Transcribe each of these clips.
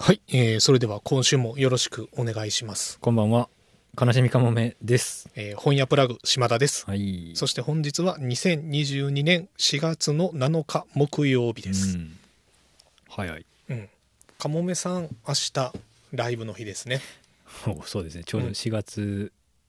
はい、それでは今週もよろしくお願いします。 こんばんは。悲しみかもめです。 本屋プラグ島田です。 はい。 そして本日は2022年4月の7日木曜日です。 はいはい。 かもめさん明日ライブの日ですね。 そうですね。ちょうど4月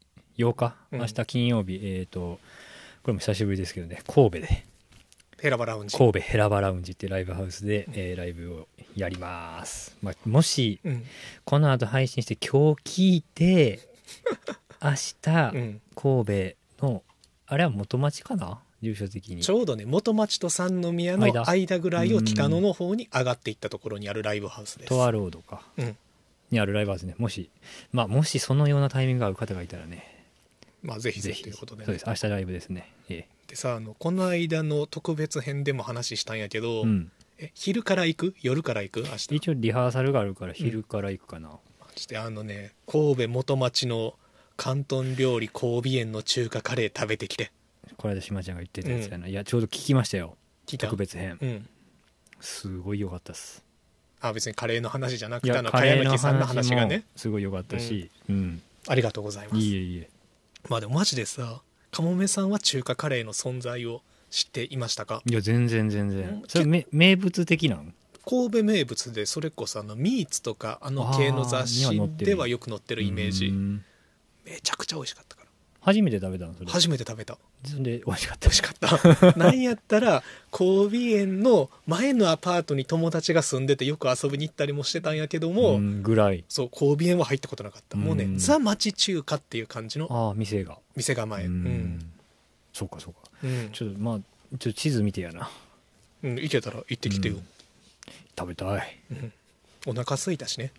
8日、明日金曜日、これも久しぶりですけどね、神戸でヘラバラウンジ。 神戸ヘラバラウンジっていうライブハウスで、ライブをやります。もし、この後配信して今日聞いて明日、神戸のあれは元町かな、住所的にちょうどね、元町と三宮の間ぐらいを北野の方に上がっていったところにあるライブハウスです。 トアロードか、にあるライブハウスね。もしそのようなタイミングがある方がいたらね、 ぜひぜひということで、ね、 そうです。明日ライブですね。 でさ、この間の特別編でも話したんやけど、昼から行く夜から行く？明日一応リハーサルがあるから昼から行くかな。 して神戸元町の広東料理神戸園の中華カレー食べてきて。 この間島ちゃんが言ってたやつやな。いやちょうど聞きましたよ。特別編、すごい良かったっす。 別にカレーの話じゃなくて茅野木さんの話がねすごい良かったし、 ありがとうございます。 いえいえ。 でもマジでさ、かもめさんは中華カレーの存在を知っていましたか？ いや全然それ名物的なの？ 神戸名物で、それこそミーツとか系の雑誌ではよく載ってるイメージ。めちゃくちゃ美味しかったから。 初めて食べたの？それ初めて食べた。 それで美味しかった。 美味しかったなんやったら神戸園の前のアパートに友達が住んでてよく遊びに行ったりもしてたんやけども、 ぐらい。 そう、神戸園は入ったことなかった。もうね、ザ町中華っていう感じの店構え。 そうか。ちょっと地図見てやな。 行けたら行ってきてよ。 食べたい。 お腹空いたしね。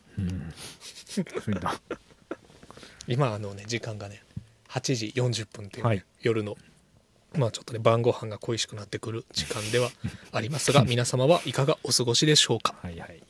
今時間がね8時40分っていうね、夜のちょっとね晩ご飯が恋しくなってくる時間ではありますが皆様はいかがお過ごしでしょうか？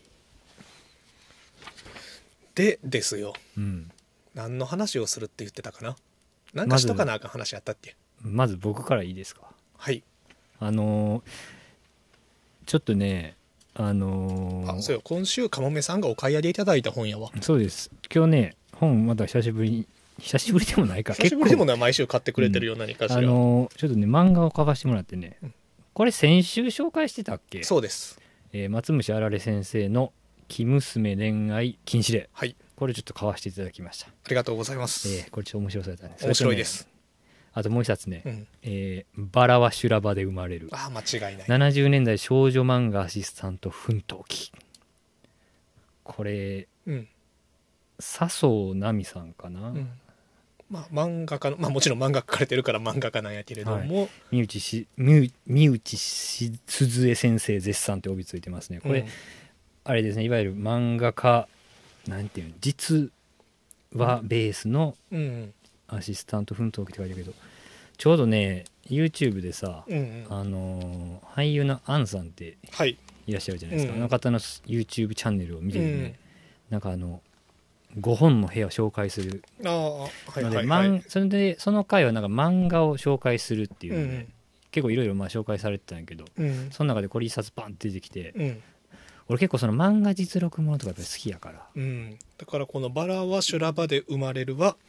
でですよ、何の話をするって言ってたかな。なんかしとかなあかん話あったっけ？ まず僕からいいですか？ はい。 ちょっとねそうよ、今週かもめさんがお買い上げいただいた本やわ。 そうです。今日ね本また久しぶりでもないか、 久しぶりでもない、毎週買ってくれてるよ、何かしら。ちょっとね漫画を買わしてもらってね、これ先週紹介してたっけ？ そうです。 松虫あられ先生の「生娘恋愛禁止令」、これちょっと買わせていただきました。 ありがとうございます。 これちょっと面白そうだったね。 面白いです。 あともう一冊ね、バラは修羅場で生まれる。 間違いない。 70年代少女漫画アシスタント奮闘記。これ、笹生奈美さんかな。 漫画家の、もちろん漫画描かれてるから漫画家なんやけれども、 三内鈴江先生絶賛って帯ついてますね。これ、あれですね、いわゆる漫画家なんていうの、実話ベースのアシスタント奮闘記って書いてあるけど、ちょうどね YouTube でさ、俳優のアンさんっていらっしゃるじゃないですか。あの方の YouTube チャンネルを見てるね、なんか5本の部屋を紹介するので、それでその回はなんか漫画を紹介するっていうので、結構いろいろ紹介されてたんやけど、その中でこれ一冊バンって出てきて、俺結構その漫画実録ものとかやっぱり好きやから、 だからこの「バラは修羅場で生まれる」は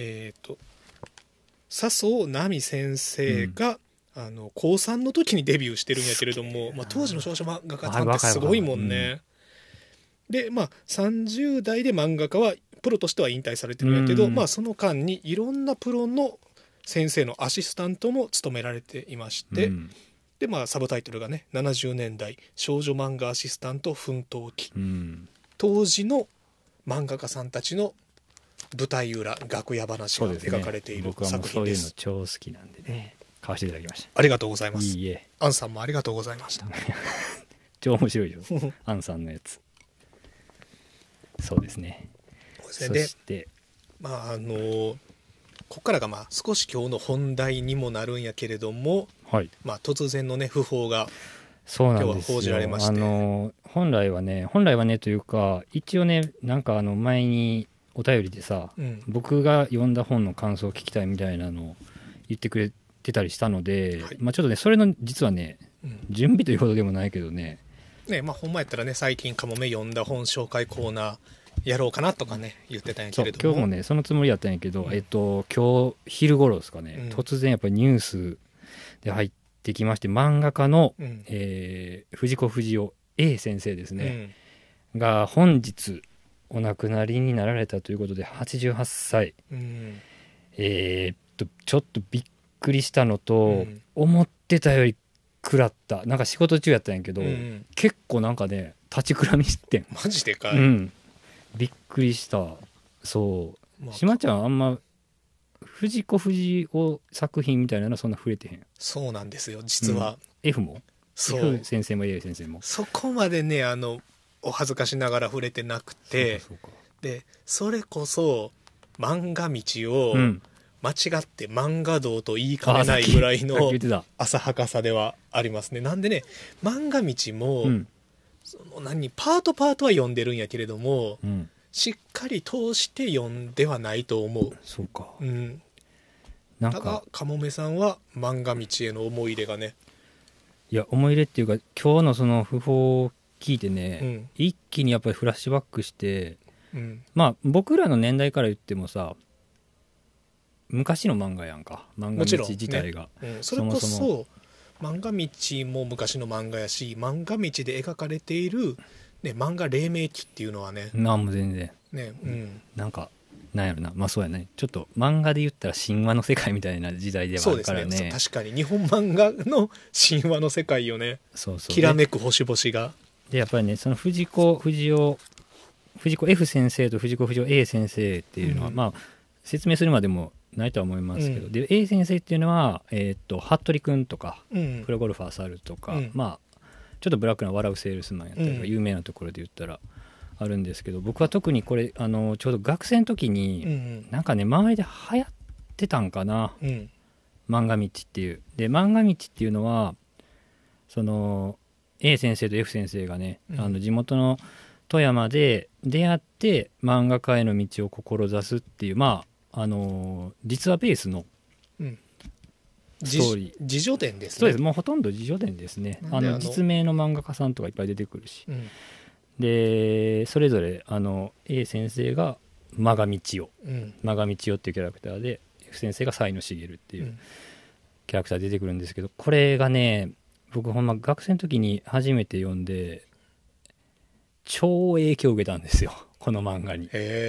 笹生奈美先生が、高3の時にデビューしてるんやけれども、当時の少女漫画家さんってすごいもんね。で30代で漫画家はプロとしては引退されてるんやけど、その間にいろんなプロの先生のアシスタントも務められていまして、でサブタイトルがね70年代少女漫画アシスタント奮闘記、当時の漫画家さんたちの舞台裏楽屋話が描かれている作品です。僕はもうそういうの超好きなんでね、買わせていただきました。 ありがとうございます。 いいえ、 アンさんもありがとうございました超面白いよアンさんのやつ。そうですね。そしてここからが少し今日の本題にもなるんやけれども、突然のね訃報が今日は報じられまして、 本来はねというか、一応ねなんか前にお便りでさ、僕が読んだ本の感想を聞きたいみたいなのを言ってくれてたりしたので、ちょっとねそれの実はね、準備というほどでもないけどね、 ね、まあほんまやったらね、最近カモメ読んだ本紹介コーナーやろうかなとかね言ってたんやけれども、 今日もねそのつもりやったんやけど、今日昼頃ですかね、突然やっぱりニュースで入ってきまして、漫画家の、藤子不二雄 A 先生ですね、が本日お亡くなりになられたということで88歳、ちょっとびっくりしたのと、思ってたより食らった、なんか仕事中やったんやけど、結構なんかね立ちくらみしてん。 マジでかい、 びっくりした。そう、島ちゃんあんま藤子不二雄作品みたいなのそんな触れてへん。 そうなんですよ実は、 F もそう F 先生も A 先生もそこまでねお恥ずかしながら触れてなくて、でそれこそ漫画道を間違って漫画道と言いかねないぐらいの浅はかさではありますね。なんでね漫画道も、そのパートは読んでるんやけれども、しっかり通して読んではないと思う。 そうか、 なんかただかもめさんは漫画道への思い入れがね、 いや思い入れっていうか今日のその訃報を聞いてね、一気にやっぱりフラッシュバックして、まあ僕らの年代から言ってもさ昔の漫画やんか、漫画道自体が、 それこそ漫画道も昔の漫画やし、漫画道で描かれている、漫画黎明期っていうのはね、 もう全然なんかなんやろな、まあそうやね、ちょっと漫画で言ったら神話の世界みたいな時代ではあるからね。 そうですね、確かに日本漫画の神話の世界よね。きらめく星々がでやっぱりね、その藤子 F 先生と藤子不二雄 A 先生っていうのは、まあ説明するまでもないとは思いますけど、で A 先生っていうのは、服部君とか、プロゴルファー猿とか、まあちょっとブラックな笑うセールスマンやったりが有名なところで言ったらあるんですけど、僕は特にこれちょうど学生の時に、なんかね周りで流行ってたんかな、漫画道っていう。で漫画道っていうのはその A 先生と F 先生がね、地元の富山で出会って漫画家への道を志すっていう、まあ実話ベースのストーリー、 自叙伝ですね。 そうです、もうほとんど自叙伝ですね。実名の漫画家さんとかいっぱい出てくるし、でそれぞれA 先生が馬賀道夫、馬賀道夫っていうキャラクターで F 先生が才野茂っていうキャラクター出てくるんですけど、これがね僕ほんま学生の時に初めて読んで超影響を受けたんですよ、この漫画に。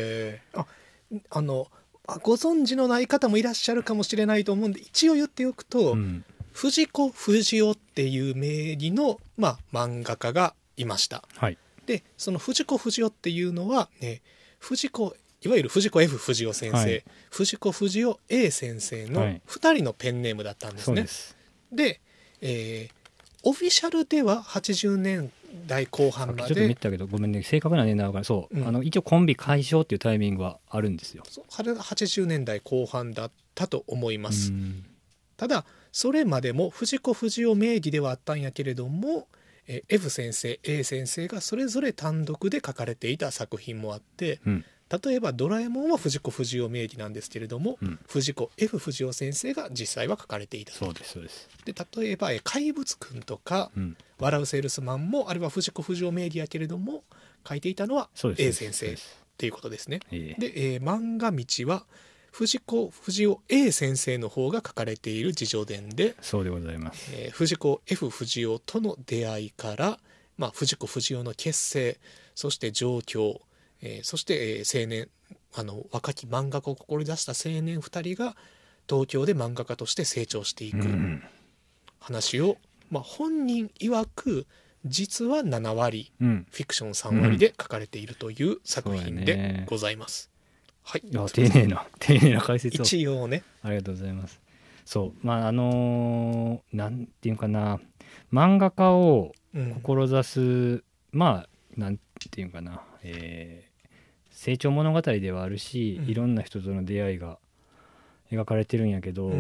ご存知のない方もいらっしゃるかもしれないと思うんで一応言っておくと、藤子不二雄っていう名義の、漫画家がいました。でその藤子不二雄っていうのは、いわゆる藤子 F 不二雄先生、藤子不二雄 A 先生の2人のペンネームだったんですね。で、オフィシャルでは80年代後半まで、 ちょっと見たけどごめんね、正確な年代がそう、一応コンビ解消っていうタイミングはあるんですよ。 それが80年代後半だったと思います。ただそれまでも藤子不二雄名義ではあったんやけれども、F 先生 A 先生がそれぞれ単独で書かれていた作品もあって、例えばドラえもんは藤子不二雄名義なんですけれども、藤子 F 不二雄先生が実際は書かれていた。 そうですそうです。 で例えば怪物くんとか、笑うセールスマンもあれは藤子不二雄名義やけれども書いていたのは A 先生っていうことですね。で、漫画道は藤子不二雄 A 先生の方が書かれている自叙伝で、 そうでございます。 藤子 F 不二雄との出会いから、藤子不二雄の結成、そして上京、そして、青年若き漫画家を志した青年2人が東京で漫画家として成長していく話を、本人曰く実は7割、フィクション3割で書かれているという作品でございます。はい、 いや丁寧な解説を一応ね、 ありがとうございます。そうなんていうかな、漫画家を志す、なんていうかな、成長物語ではあるし、いろんな人との出会いが描かれてるんやけど、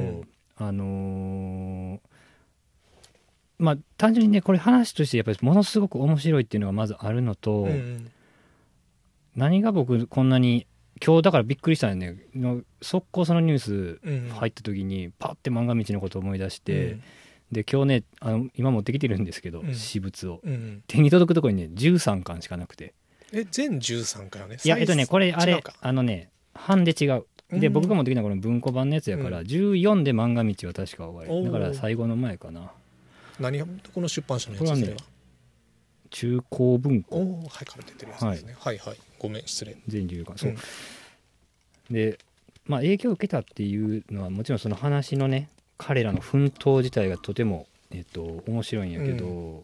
単純にねこれ話としてやっぱりものすごく面白いっていうのがまずあるのと、何が僕こんなに今日だからびっくりしたんよね、速攻そのニュース入った時にパッて漫画道のことを思い出して、 で今日ね今持ってきてるんですけど、 うん私物を、 うん、 手に届くところにね13巻しかなくて、 全13巻よね。 いやこれあれ違うか版で違うで、 うん僕が持ってきたこの文庫版のやつやから、14で漫画道は確か終わりだからおー最後の前かな。 この出版社のやつこれはねそれは中高文庫おお、はいから出てるやつですね。はいはい、ごめん失礼。 全10巻そう、 うんでまあ影響を受けたっていうのはもちろんその話のね彼らの奮闘自体がとても面白いんやけど、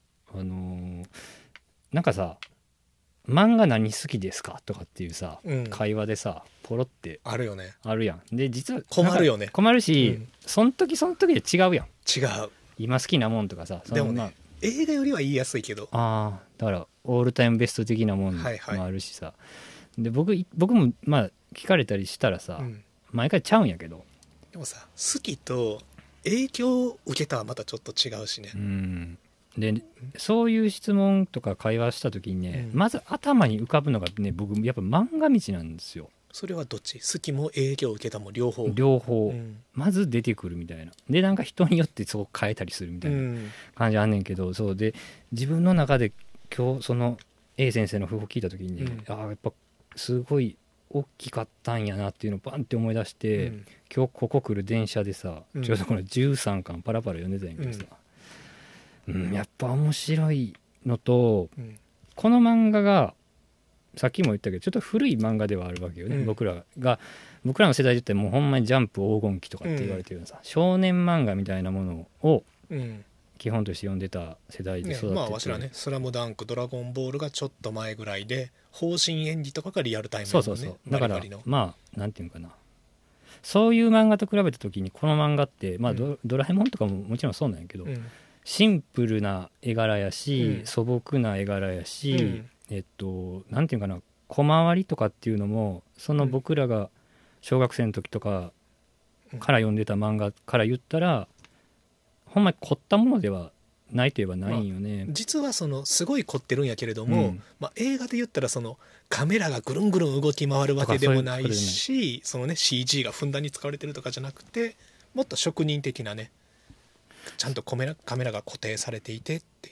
なんかさ漫画何好きですかとかっていうさ、 うん会話でさポロってあるよね。 あるやん。で実は困るよねなんか困るし、 うんその時その時で違うやん。 違う。 今好きなもんとかさでもね、 まあ映画よりは言いやすいけど。 あーだからオールタイムベスト的なもんもはいはいあるしさ、で僕もまあ聞かれたりしたらさ、 うん毎回ちゃうんやけど、 でもさ、好きと影響を受けたはまたちょっと違うしねう。んでそういう質問とか会話した時にね、 うんまず頭に浮かぶのがね僕やっぱ漫画道なんですよ。 それはどっち？好きも影響を受けたも両方。 両方、 うんまず出てくるみたいなでなんか人によってそう変えたりするみたいな感じあんねんけど、そうで自分の中で今日その A 先生の訃報聞いた時にね、やっぱすごい大きかったんやなっていうのをバンって思い出して、 うん今日ここ来る電車でさ、 うんちょうどこの13巻パラパラ読んでたんやけどさ、やっぱ面白いのと、 うんこの漫画がさっきも言ったけどちょっと古い漫画ではあるわけよね、僕らの世代で言ってもうほんまにジャンプ黄金期とかって言われてるようなさ、少年漫画みたいなものをうん基本として読んでた世代で育ってて、 まあわしらね「スラムダンクドラゴンボールがちょっと前ぐらいで方針演技とかがリアルタイムそうそうそうだからバリバリのまあなんていうかな、そういう漫画と比べた時にこの漫画ってまあドラえもんとかももちろんそうなんやけど、 うんシンプルな絵柄やし、 うん素朴な絵柄やし、なんていうかな小回りとかっていうのもその僕らが小学生の時とかから読んでた漫画から言ったら、ほんまに凝ったものではないといえばないんよね、 実はそのすごい凝ってるんやけれども、 うんまあ、映画で言ったらそのカメラがぐるんぐるん動き回るわけでもないし、そのね CG がふんだんに使われてるとかじゃなくて、もっと職人的なねちゃんとカメラが固定されていてっていう、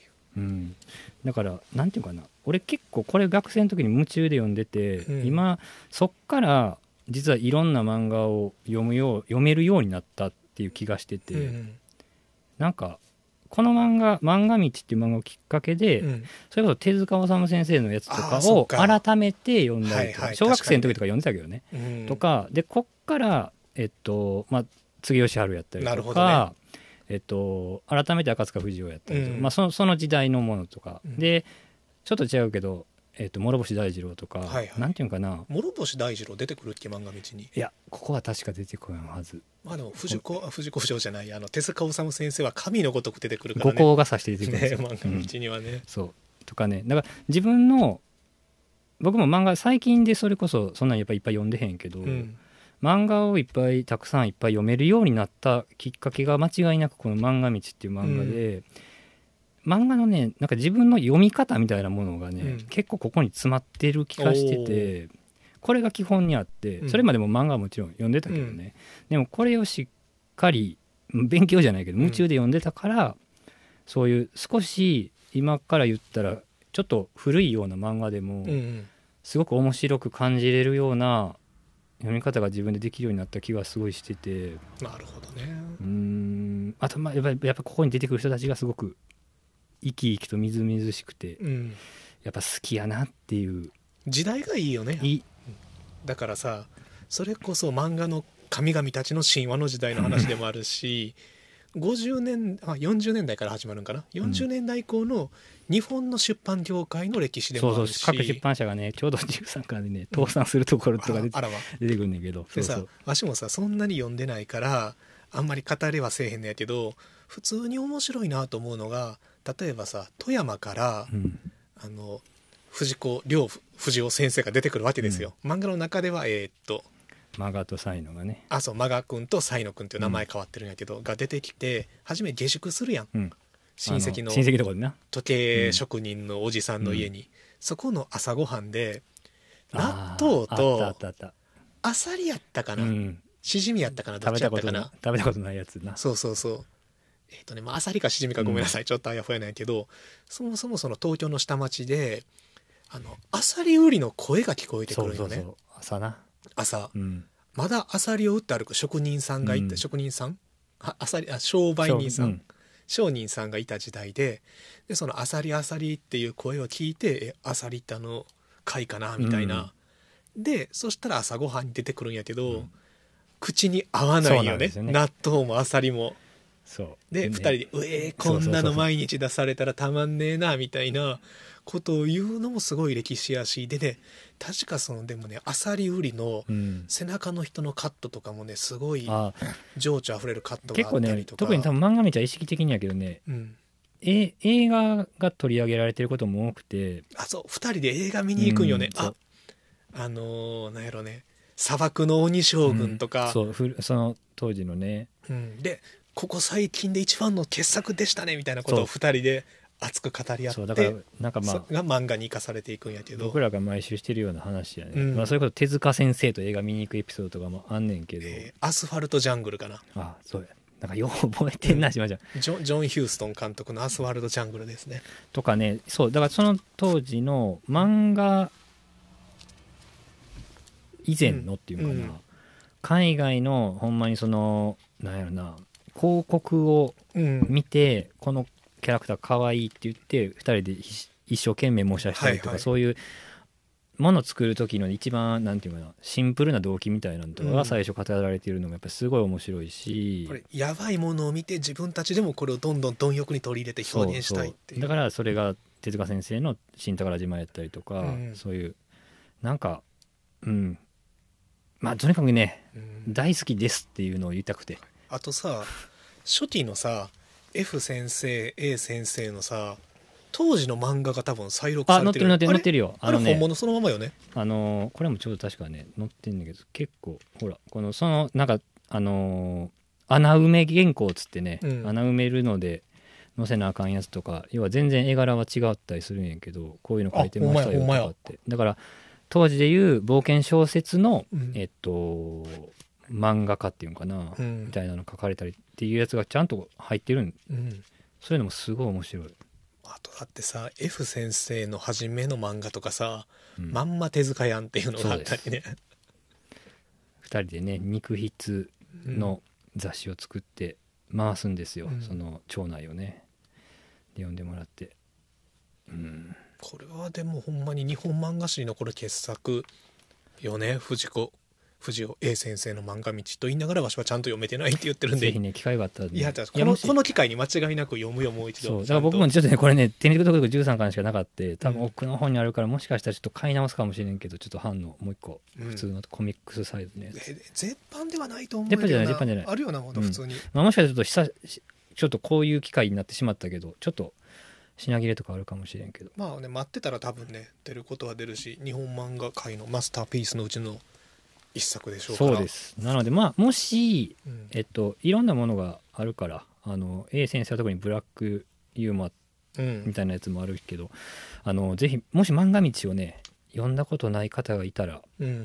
だからなんていうかな、俺結構これ学生の時に夢中で読んでて、今そっから実はいろんな漫画を読めるようになったっていう気がしてて、なんかこの漫画道っていう漫画をきっかけで、それこそ手塚治虫先生のやつとかを改めて読んだりとか、小学生の時とか読んでたけどね、とかでこっから杉吉春やったりとか、改めて赤塚不二夫やったりとか、その時代のものとか、でちょっと違うけど諸星大二郎とか、なんていうのかな、 諸星大二郎出てくるっけ漫画道に。 いやここは確か出てこないはず。 まあでも藤子不二雄じゃない手塚治虫先生は神のごとく出てくるから五ね、 行が指して出てくるんですよ、 漫画道にはね、 そうとかね、だから僕も漫画最近でそれこそそんなにやっぱりいっぱい読んでへんけど、漫画をたくさんいっぱい読めるようになったきっかけが間違いなくこの漫画道っていう漫画で、漫画のねなんか自分の読み方みたいなものがね、結構ここに詰まってる気がしてて、これが基本にあって、それまでも漫画はもちろん読んでたけどね、でもこれをしっかり勉強じゃないけど夢中で読んでたから、そういう少し今から言ったらちょっと古いような漫画でもすごく面白く感じれるような読み方が自分でできるようになった気がすごいしてて、 なるほどね。 あとやっぱここに出てくる人たちがすごく生き生きとみずみずしくて、やっぱ好きやなっていう時代がいいよね。だからさ、それこそ漫画の神々たちの神話の時代の話でもあるし40年代から始まるんかな、40年代以降の日本の出版業界の歴史でもあるし、 各出版社がねちょうど13巻でね倒産するところとか出てくるんだけど、 でさわしもさそんなに読んでないからあんまり語れはせえへんのやけど、普通に面白いなと思うのが、例えばさ富山から、藤子不二雄先生が出てくるわけですよ、漫画の中ではマガとサイノがね、 そうマガ君とサイノ君っていう名前変わってるんやけど、が出てきて初め下宿するやん、親戚のとこでな時計職人のおじさんの家に、そこの朝ごはんで納豆とあさりやったかな、しじみやったかな、どっちやったかな、 食べたことないやつな。 そうまあ、アサリかシジミかごめんなさい、ちょっとあやふやなんやけど、そもそもその東京の下町でアサリ売りの声が聞こえてくるよね。 そう朝な。 朝、 うん、 まだアサリを売って歩く職人さんがいて、職人さん商売人さん、商人さんがいた時代で、そのアサリっていう声を聞いて、アサリって貝かなみたいな、でそしたら朝ごはんに出てくるんやけど、口に合わないよね、納豆もアサリも。で、2人でこんなの毎日出されたらたまんねえなみたいなことを言うのもすごい歴史やし、でね、確かでもね、アサリ売りの背中の人のカットとかもね、すごい情緒あふれるカットがあったりとか。 結構ね、特に多分漫画道は意識的にやけどね、映画が取り上げられてることも多くて、 そう、2人で映画見に行くんよね。なんやろね、砂漠の鬼将軍とか、 その当時のね、 でここ最近で一番の傑作でしたねみたいなことを2人で熱く語り合って、 だからなんかが漫画に生かされていくんやけど、 僕らが毎週してるような話やね、それこそ手塚先生と映画見に行くエピソードとかもあんねんけど、 アスファルトジャングルかな。 そうや、なんかよう覚えてんな、しまちゃん。 ジョン・ヒューストン監督のアスファルトジャングルですね。 とかね、そうだからその当時の漫画以前のっていうかな、海外のほんまになんやろな、広告を見て、このキャラクターかわいいって言って2人で一生懸命模写したりとか、そういうものを作る時の一番なんていうかな、シンプルな動機みたいなのとかが最初語られているのがやっぱりすごい面白いし、 これやばいものを見て自分たちでもこれをどんどん貪欲に取り入れて表現したいっていう。 だからそれが手塚先生の「新宝島」やったりとか、そういうなんかまあとにかくね、大好きですっていうのを言いたくて。 あとさ、初期のさ F 先生 A 先生のさ、当時の漫画が多分再録されてる。 載ってるよ。 あれ本物そのままよね。 これもちょうど確かね載ってんだけど、結構ほらなんか穴埋め原稿っつってね、穴埋めるので載せなあかんやつとか、要は全然絵柄は違ったりするんやけど、こういうの書いてましたよとかって。だから当時でいう冒険小説の、漫画家っていうのかな、みたいなの書かれたりっていうやつがちゃんと入ってるそういうのもすごい面白い。 あとだってさ F 先生の初めの漫画とかさ、まんま手塚やんっていうのがあったりね。 2人でね肉筆の雑誌を作って回すんですよ、その町内をねで読んでもらって、 これはでもほんまに日本漫画史に残る傑作よね。藤尾 A 先生の漫画道と言いながらわしはちゃんと読めてないって言ってるんで、 ぜひね機会があったらね、 この機会に間違いなく読むよ、もう一度。 そうだから僕もちょっとねこれね手に取るとこ13巻しかなかった、多分奥の方にあるから、もしかしたらちょっと買い直すかもしれんけど、ちょっと版のもう一個普通のコミックスサイズね、 絶版ではないと思うけどな、絶版じゃない、 あるよな、ほんと普通に、 もしかしたらちょっとこういう機会になってしまったけど、ちょっと品切れとかあるかもしれんけど、 まあね、待ってたら多分ね出ることは出るし、日本漫画界のマスターピースのうちの一作でしょうから。 そうです。なのでもし、いろんなものがあるから、A 先生は特にブラックユーモアみたいなやつもあるけど、ぜひもし漫画道をね読んだことない方がいたら、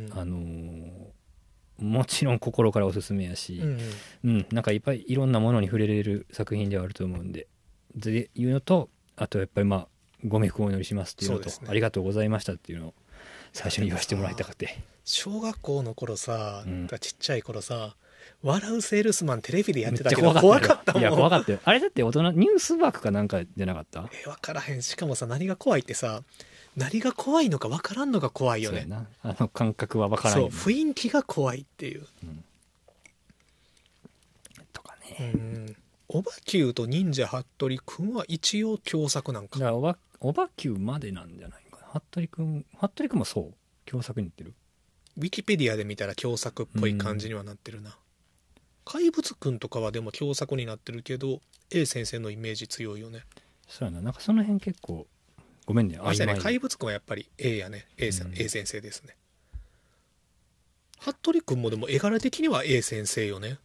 もちろん心からおすすめやし、なんかいっぱいいろんなものに触れれる作品ではあると思うんで、いうのと、あとやっぱりご冥福をお祈りしますっていうのと、ありがとうございましたっていうのを最初に言わせてもらいたくて。 小学校の頃さ、ちっちゃい頃さ、笑うセールスマンテレビでやってたけど怖かったもん。 いや怖かったよ。あれだって大人ニュース枠かなんかじゃなかった？ 分からへん。しかもさ、何が怖いってさ、何が怖いのか分からんのが怖いよね。 そうやな、感覚は分からんよね。 そう、雰囲気が怖いっていう、 とかね。 オバキューと忍者ハットリくんは一応共作なんか。 だからオバキューまでなんじゃないかな。ハットリくんもそう共作に言ってる。 ウィキペディアで見たら共作っぽい感じにはなってるな。怪物くんとかはでも共作になってるけど A 先生のイメージ強いよね。 そうやな、なんかその辺結構ごめんね、 曖昧。怪物くんはやっぱり A やね、A 先生ですね。服部くんもでも絵柄的には A 先生よね。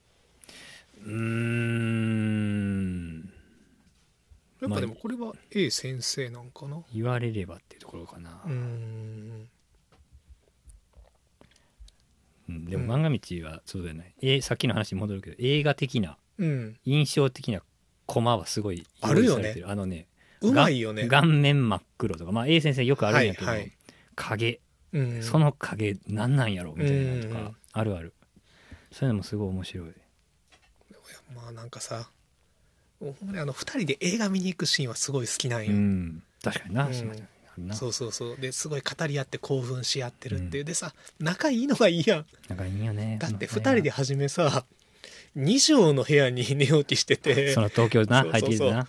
やっぱでもこれは A 先生なんかな、 言われればっていうところかな。でも漫画道はそうじゃない、さっきの話に戻るけど映画的な、印象的なコマはすごいあるよね。うまいよね。 顔面真っ黒とか、まあ A 先生よくあるんやけど、 はいはい、 影、その影なんなんやろみたいなとか、あるある。そういうのもすごい面白い。 まあなんかさ、ほんまに2人で映画見に行くシーンはすごい好きなんよ。 確かにな、 そうそうそう。ですごい語り合って興奮し合ってるっていう、でさ、仲いいのがいいやん。 仲いいよね。 だって2人で初めさ、2畳の部屋に寝起きしてて、 その東京な、入ってきてな、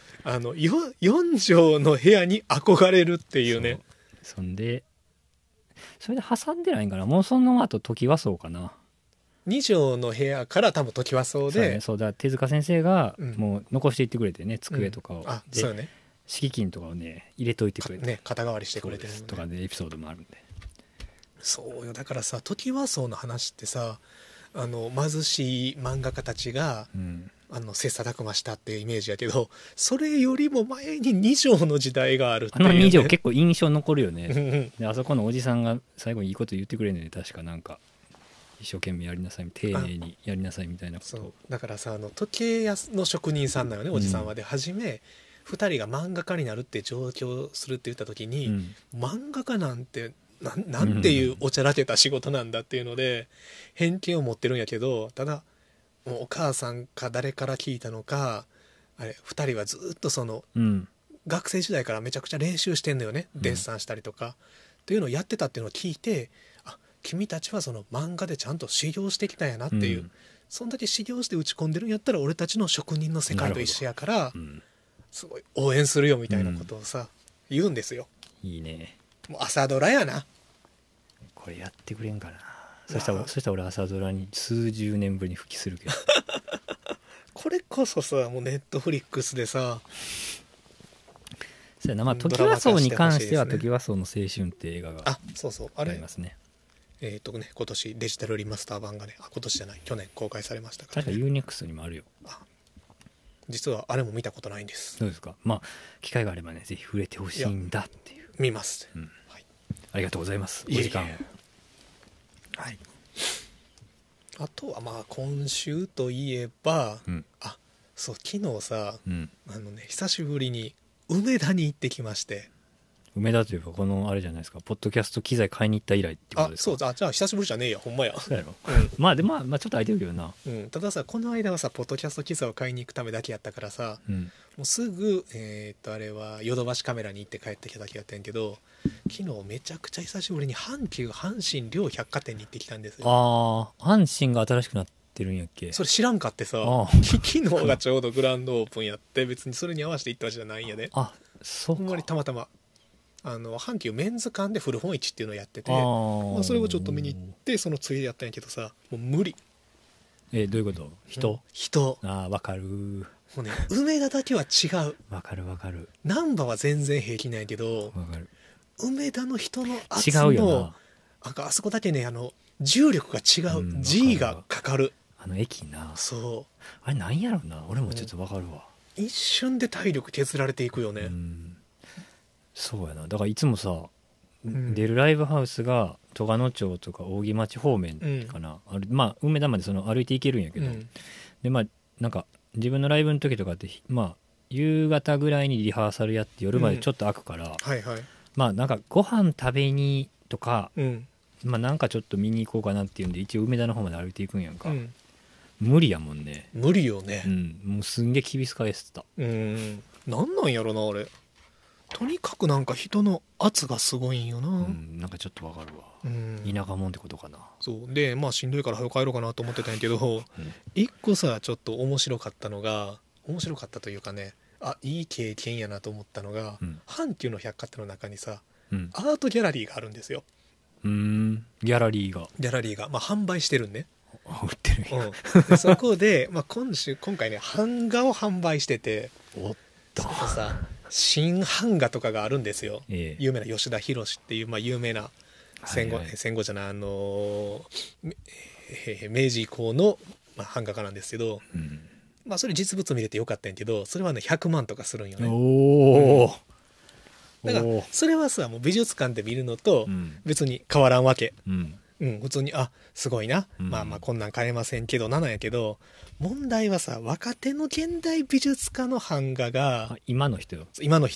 4畳の部屋に憧れるっていうね。 そんでそれで挟んでないんかな、もうその後トキワ荘かな。 2畳の部屋から多分トキワ荘で、 そうだ、手塚先生がもう残していってくれてね、机とかを、 そうよね、 敷金とかをね入れといてくれてね、肩代わりしてくれてるとかでエピソードもあるんで。 そうよ。だからさ、トキワ荘の話ってさ、貧しい漫画家たちが、切磋琢磨したっていうイメージやけど、それよりも前に2畳の時代があるっていう、ね、 2畳結構印象残るよねで、あそこのおじさんが最後にいいこと言ってくれるので、確かなんか一生懸命やりなさい、丁寧にやりなさいみたいなこと。 そうだからさ、時計屋の職人さんなのね、おじさんは。で初め2人が漫画家になるって上京するって言った時に、漫画家なんてなんていうおちゃらけた仕事なんだっていうので偏見を持ってるんやけど、ただもうお母さんか誰から聞いたのか、あれ2人はずっとその、学生時代からめちゃくちゃ練習してんのよね、デッサンしたりとかっていうのをやってたっていうのを聞いて、あ、君たちはその漫画でちゃんと修行してきたんやなっていう、そんだけ修行して打ち込んでるんやったら俺たちの職人の世界と一緒やから、すごい応援するよみたいなことをさ、言うんですよ。いいね。もう朝ドラやな、 これやってくれんかな。そしたら俺朝ドラに数十年ぶりに復帰するけどこれこそさ、もうネットフリックスでさ、 そうやな、まあトキワ荘に関してはトキワ荘の青春って映画がありますね。 今年デジタルリマスター版がね、今年じゃない、去年公開されましたから、 ね、確か UNEXT にもあるよ。 実はあれも見たことないんです。 そうですか。まあ機会があればね、ぜひ触れてほしいんだっていう。 見ます、 はい、ありがとうございます。お時間を。 はい。あとはまあ今週といえば、そう昨日さ、久しぶりに梅田に行ってきまして。 梅田というか、このあれじゃないですか、ポッドキャスト機材買いに行った以来ってことですか。 そう、じゃあ久しぶりじゃねえや、ほんまや。 そうやろ、まあでもまあちょっと空いてるけどな、 たださ、この間はさポッドキャスト機材を買いに行くためだけやったからさ、もうすぐあれはヨドバシカメラに行って帰ってきただけやったんやけど、昨日めちゃくちゃ久しぶりに阪神両百貨店に行ってきたんですよ。 阪神が新しくなってるんやっけ。 それ知らんかってさ、昨日がちょうどグランドオープンやって、別にそれに合わせて行ったわけじゃないんやで。 そうか。 ほんまにたまたま阪急メンズ館で古本市っていうのをやってて、それをちょっと見に行って、その次でやったんやけどさ、もう無理。 どういうこと？人わかる。もうね、梅田だけは違う。 わかる。 難波は全然平気なんやけど、 わかる。 梅田の人の圧違うよな。あそこだけね、重力が違う、G がかかる。 駅な。 そう。 あれなんやろうな、俺もちょっとわかるわ。 一瞬で体力削られていくよね。 そうやな。だからいつもさ、出るライブハウスが戸賀野町とか扇町方面かな、まあ梅田まで歩いて行けるんやけど、でまあなんか自分のライブの時とかって、まあ夕方ぐらいにリハーサルやって夜までちょっと空くから、まあなんかご飯食べにとか、まあなんかちょっと見に行こうかなっていうんで一応梅田の方まで歩いていくんやんか、無理やもんね。 無理よね。 もうすんげえ厳しく返してた。 なんなんやろなあれ。とにかくなんか人の圧がすごいんよな。 なんかちょっとわかるわ。田舎もんってことかな。 そうで、まあしんどいから早く帰ろうかなと思ってたんやけど、一個さちょっと面白かったというかね、いい経験やなと思ったのが、阪急の百貨店の中にさ、アートギャラリーがあるんですよ。 ギャラリーがまあ販売してるんね。 売ってるんや。 でそこで、まあ、今回ね版画を販売してて、そこさ新版画とかがあるんですよ、有名な吉田博っていう、まあ、有名な戦後じゃない明治以降の、まあ、版画家なんですけど、まあ、それ実物見れてよかったんやけど、それはね100万とかするんよね。だからそれはさもう美術館で見るのと別に変わらんわけ、 普通にすごいな、まあまあこんなん買えませんけどなんやけど、問題はさ、若手の現代美術家の版画が今の人よ。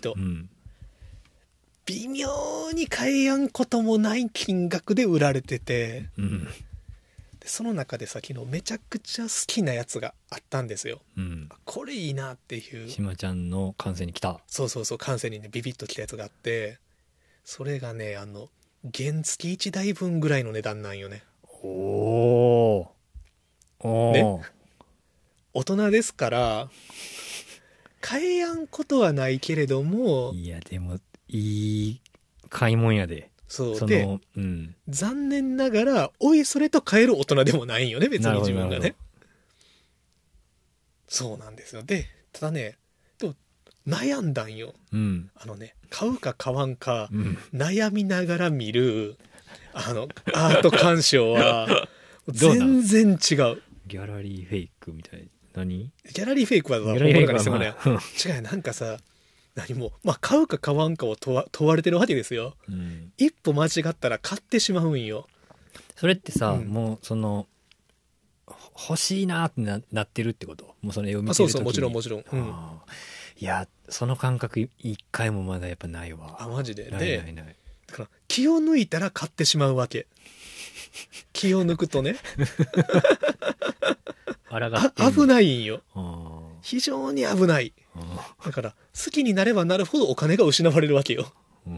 微妙に買えやんこともない金額で売られてて、でその中でさ、昨日めちゃくちゃ好きなやつがあったんですよ、これいいなっていう。 島ちゃんの感性に来た。 そう感性にねビビッときたやつがあって、それがね原付1台分ぐらいの値段なんよね。 おね、大人ですから買えやんことはないけれども、 いやでもいい買い物やで。 そうで、残念ながらおいそれと買える大人でもないんよね、別に自分がね。そうなんですよ。でただね、悩んだんよ、買うか買わんか、悩みながら見るアート鑑賞は全然違う。 ギャラリーフェイクみたいな。 ギャラリーフェイクは本物かにしてもね、違う、なんかさ、何も買うか買わんかを問われてるわけですよ、一歩間違ったら買ってしまうんよ。 それってさ、もう欲しいなってなってるってこと？もうその絵を見てる時に。 そうもちろん、 いやその感覚一回もまだやっぱないわ。 マジで。 ないだから気を抜いたら買ってしまうわけ。気を抜くとね危ないんよ。非常に危ない。だから好きになればなるほどお金が失われるわけよ、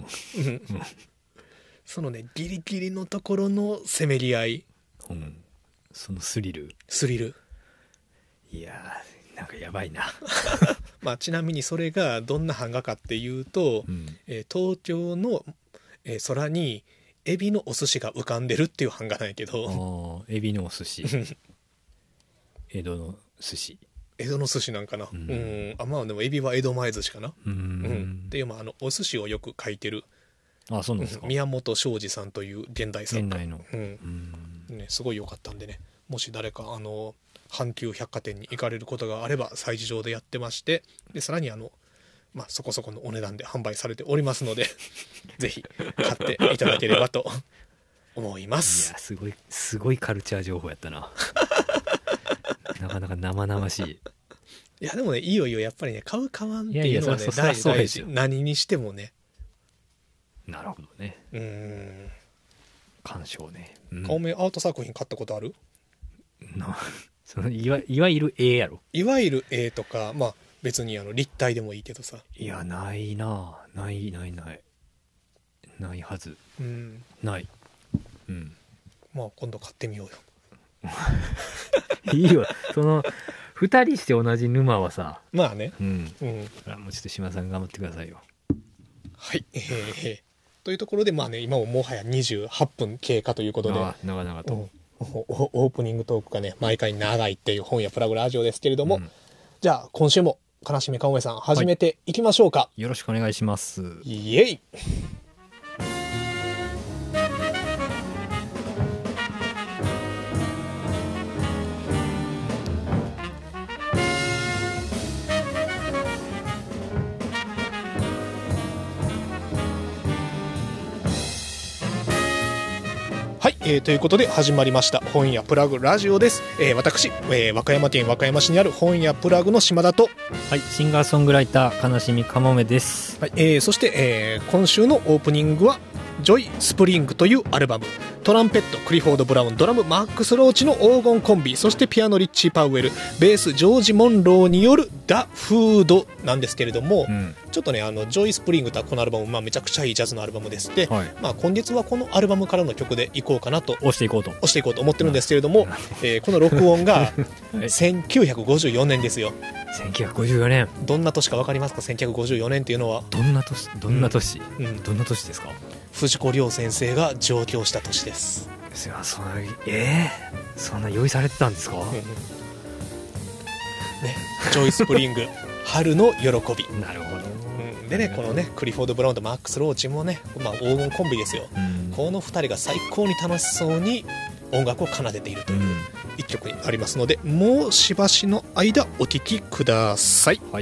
そのねギリギリのところのせめぎ合い、 そのスリル。いやーなんかやばいなちなみにそれがどんな版画かっていうと、東京の、空にエビのお寿司が浮かんでるっていう版画なんやけど、 エビのお寿司江戸の寿司なんかな、でもエビは江戸前寿司かな、でお寿司をよく描いてるそうなんですか、 宮本昌司さんという現代作家、 現代の、 すごい良かったんでね、もし誰か阪急百貨店に行かれることがあれば催事場でやってまして、でさらにそこそこのお値段で販売されておりますのでぜひ買っていただければと思います。 いやすごいカルチャー情報やったななかなか生々しい。 いやでもね、いいよやっぱりね、買う買わんっていうのはね大事、何にしてもね。 なるほどね。鑑賞ね。 おめアート作品買ったことある？ いわゆる絵やろ。 いわゆる絵とか、別に立体でもいいけどさ。 いやないな、ないはず。ない。 今度買ってみようよいいわ、2人して同じ沼はさ、 まあね、 もうちょっと島さん頑張ってくださいよ。 はい、というところで今もはや28分経過ということで、 長々と、 オープニングトークがね毎回長いっていう本屋プラグラジオですけれども、じゃあ今週も悲しみかもめさん始めていきましょうか。 よろしくお願いします。 イエイ。はい、ということで始まりました本屋プラグラジオです。私、和歌山県和歌山市にある本屋プラグの島田と、 はい、シンガーソングライター悲しみかもめです。 はい、そして、今週のオープニングはジョイ・スプリングというアルバム、トランペットクリフォード・ブラウン、ドラムマックス・ローチの黄金コンビ、そしてピアノリッチー・パウエル、ベースジョージ・モンローによるダ・フードなんですけれども、ちょっとねジョイ・スプリングとはこのアルバム、めちゃくちゃいいジャズのアルバムですで、今月はこのアルバムからの曲でいこうかなと押していこうと思ってるんですけれども、この録音が1954年ですよ。 1954年、 どんな年か分かりますか？ 1954 年っていうのはどんな年どんな年ですか？ 藤子亮先生が上京した年です。 そんな用意されてたんですか？ね、 ジョイ・スプリング春の喜びなるほど。 でね、このねクリフォード・ブラウンとマックス・ローチもね、黄金コンビですよ。この2人が最高に楽しそうに音楽を奏でているという一曲にありますので、もうしばしの間お聴きください。 はい。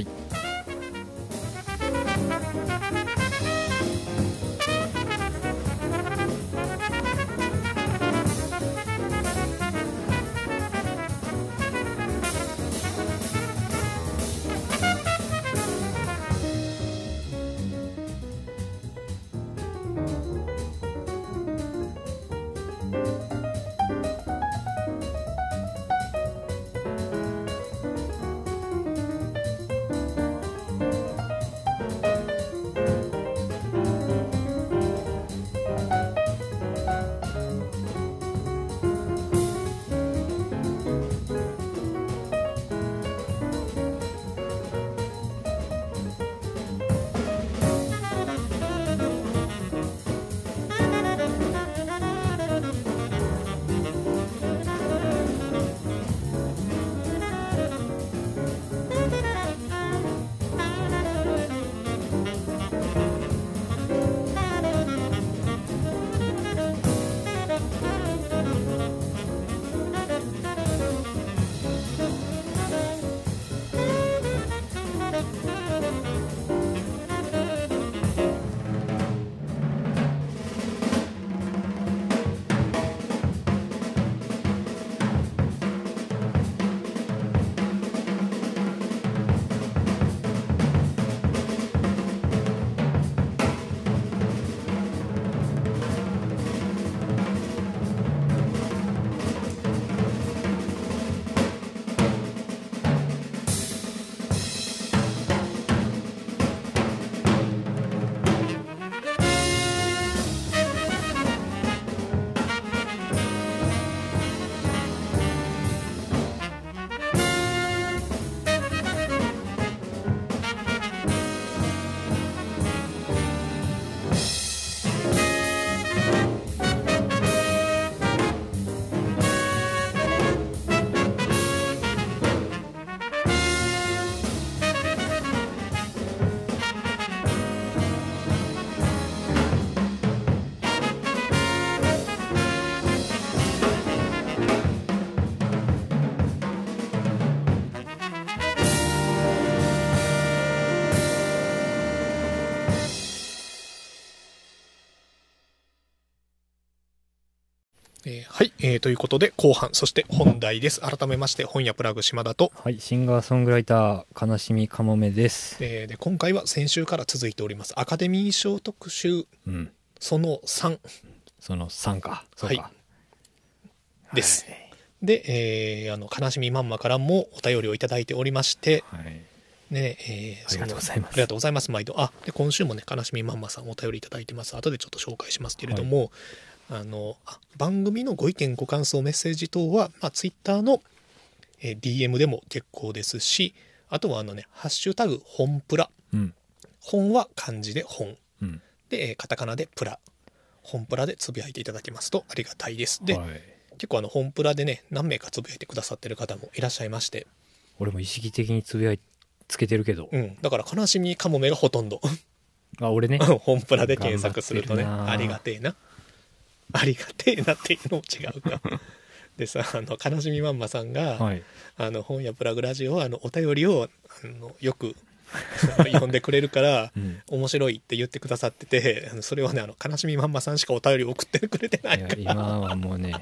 はい、ということで後半、そして本題です。改めまして本屋プラグ島田と、 はい、シンガーソングライター悲しみかもめです。 で今回は先週から続いておりますアカデミー賞特集、その3、 その3か、そうか、 はい、です。はい、で、悲しみまんまからもお便りをいただいておりまして、 はい、 ね、 ありがとうございます。 ありがとうございます。毎度。で今週もね、悲しみまんまさんお便りいただいてます。後でちょっと紹介しますけれども、番組のご意見ご感想メッセージ等は、ツイッターの、DM でも結構ですし、あとはハッシュタグ本プラ、本は漢字で本、でカタカナでプラ、本プラでつぶやいていただけますとありがたいです。で、結構本プラでね、何名かつぶやいてくださってる方もいらっしゃいまして、 俺も意識的につぶやいつけてるけど、 だから悲しみかもめがほとんど俺ね本プラで検索するとね、ありがてえな、ありがてえなっていうのも違うかでさ、悲しみまんまさんが、本屋プラグラジオお便りをよく読んでくれるから、面白いって言ってくださってて、それはね、悲しみまんまさんしかお便り送ってくれてないから、 今はもうね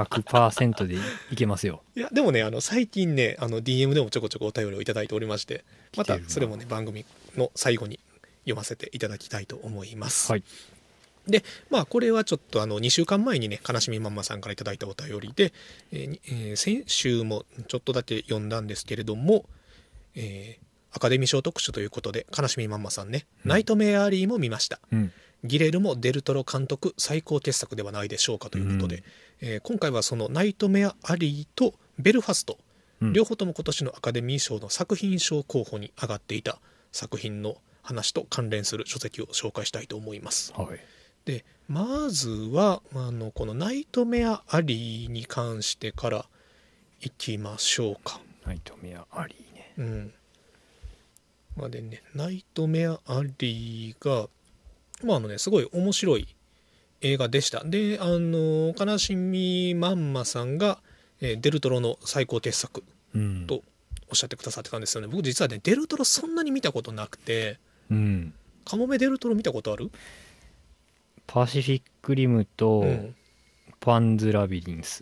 100% でいけますよ。 いやでもね、最近ねDM でもちょこちょこお便りをいただいておりまして、またそれもね番組の最後に読ませていただきたいと思います。でこれはちょっと2週間前にね、悲しみまんまさんからいただいたお便りで、先週もちょっとだけ読んだんですけれども、アカデミー賞特集ということで、悲しみまんまさんね、ナイトメアリーも見ました、ギレルモ・デルトロ監督最高傑作ではないでしょうかということで、今回はそのナイトメアリーとベルファスト、両方とも今年のアカデミー賞の作品賞候補に上がっていた作品の話と関連する書籍を紹介したいと思います。でまずはこのナイトメアアリーに関してからいきましょうか。 ナイトメアアリーね。 でね、ナイトメアアリーがすごい面白い映画でした。で悲しみまんまさんが、デルトロの最高傑作とおっしゃってくださってたんですよね。僕実はね、デルトロそんなに見たことなくて、カモメデルトロ見たことある？ パシフィックリムとパンズラビリンス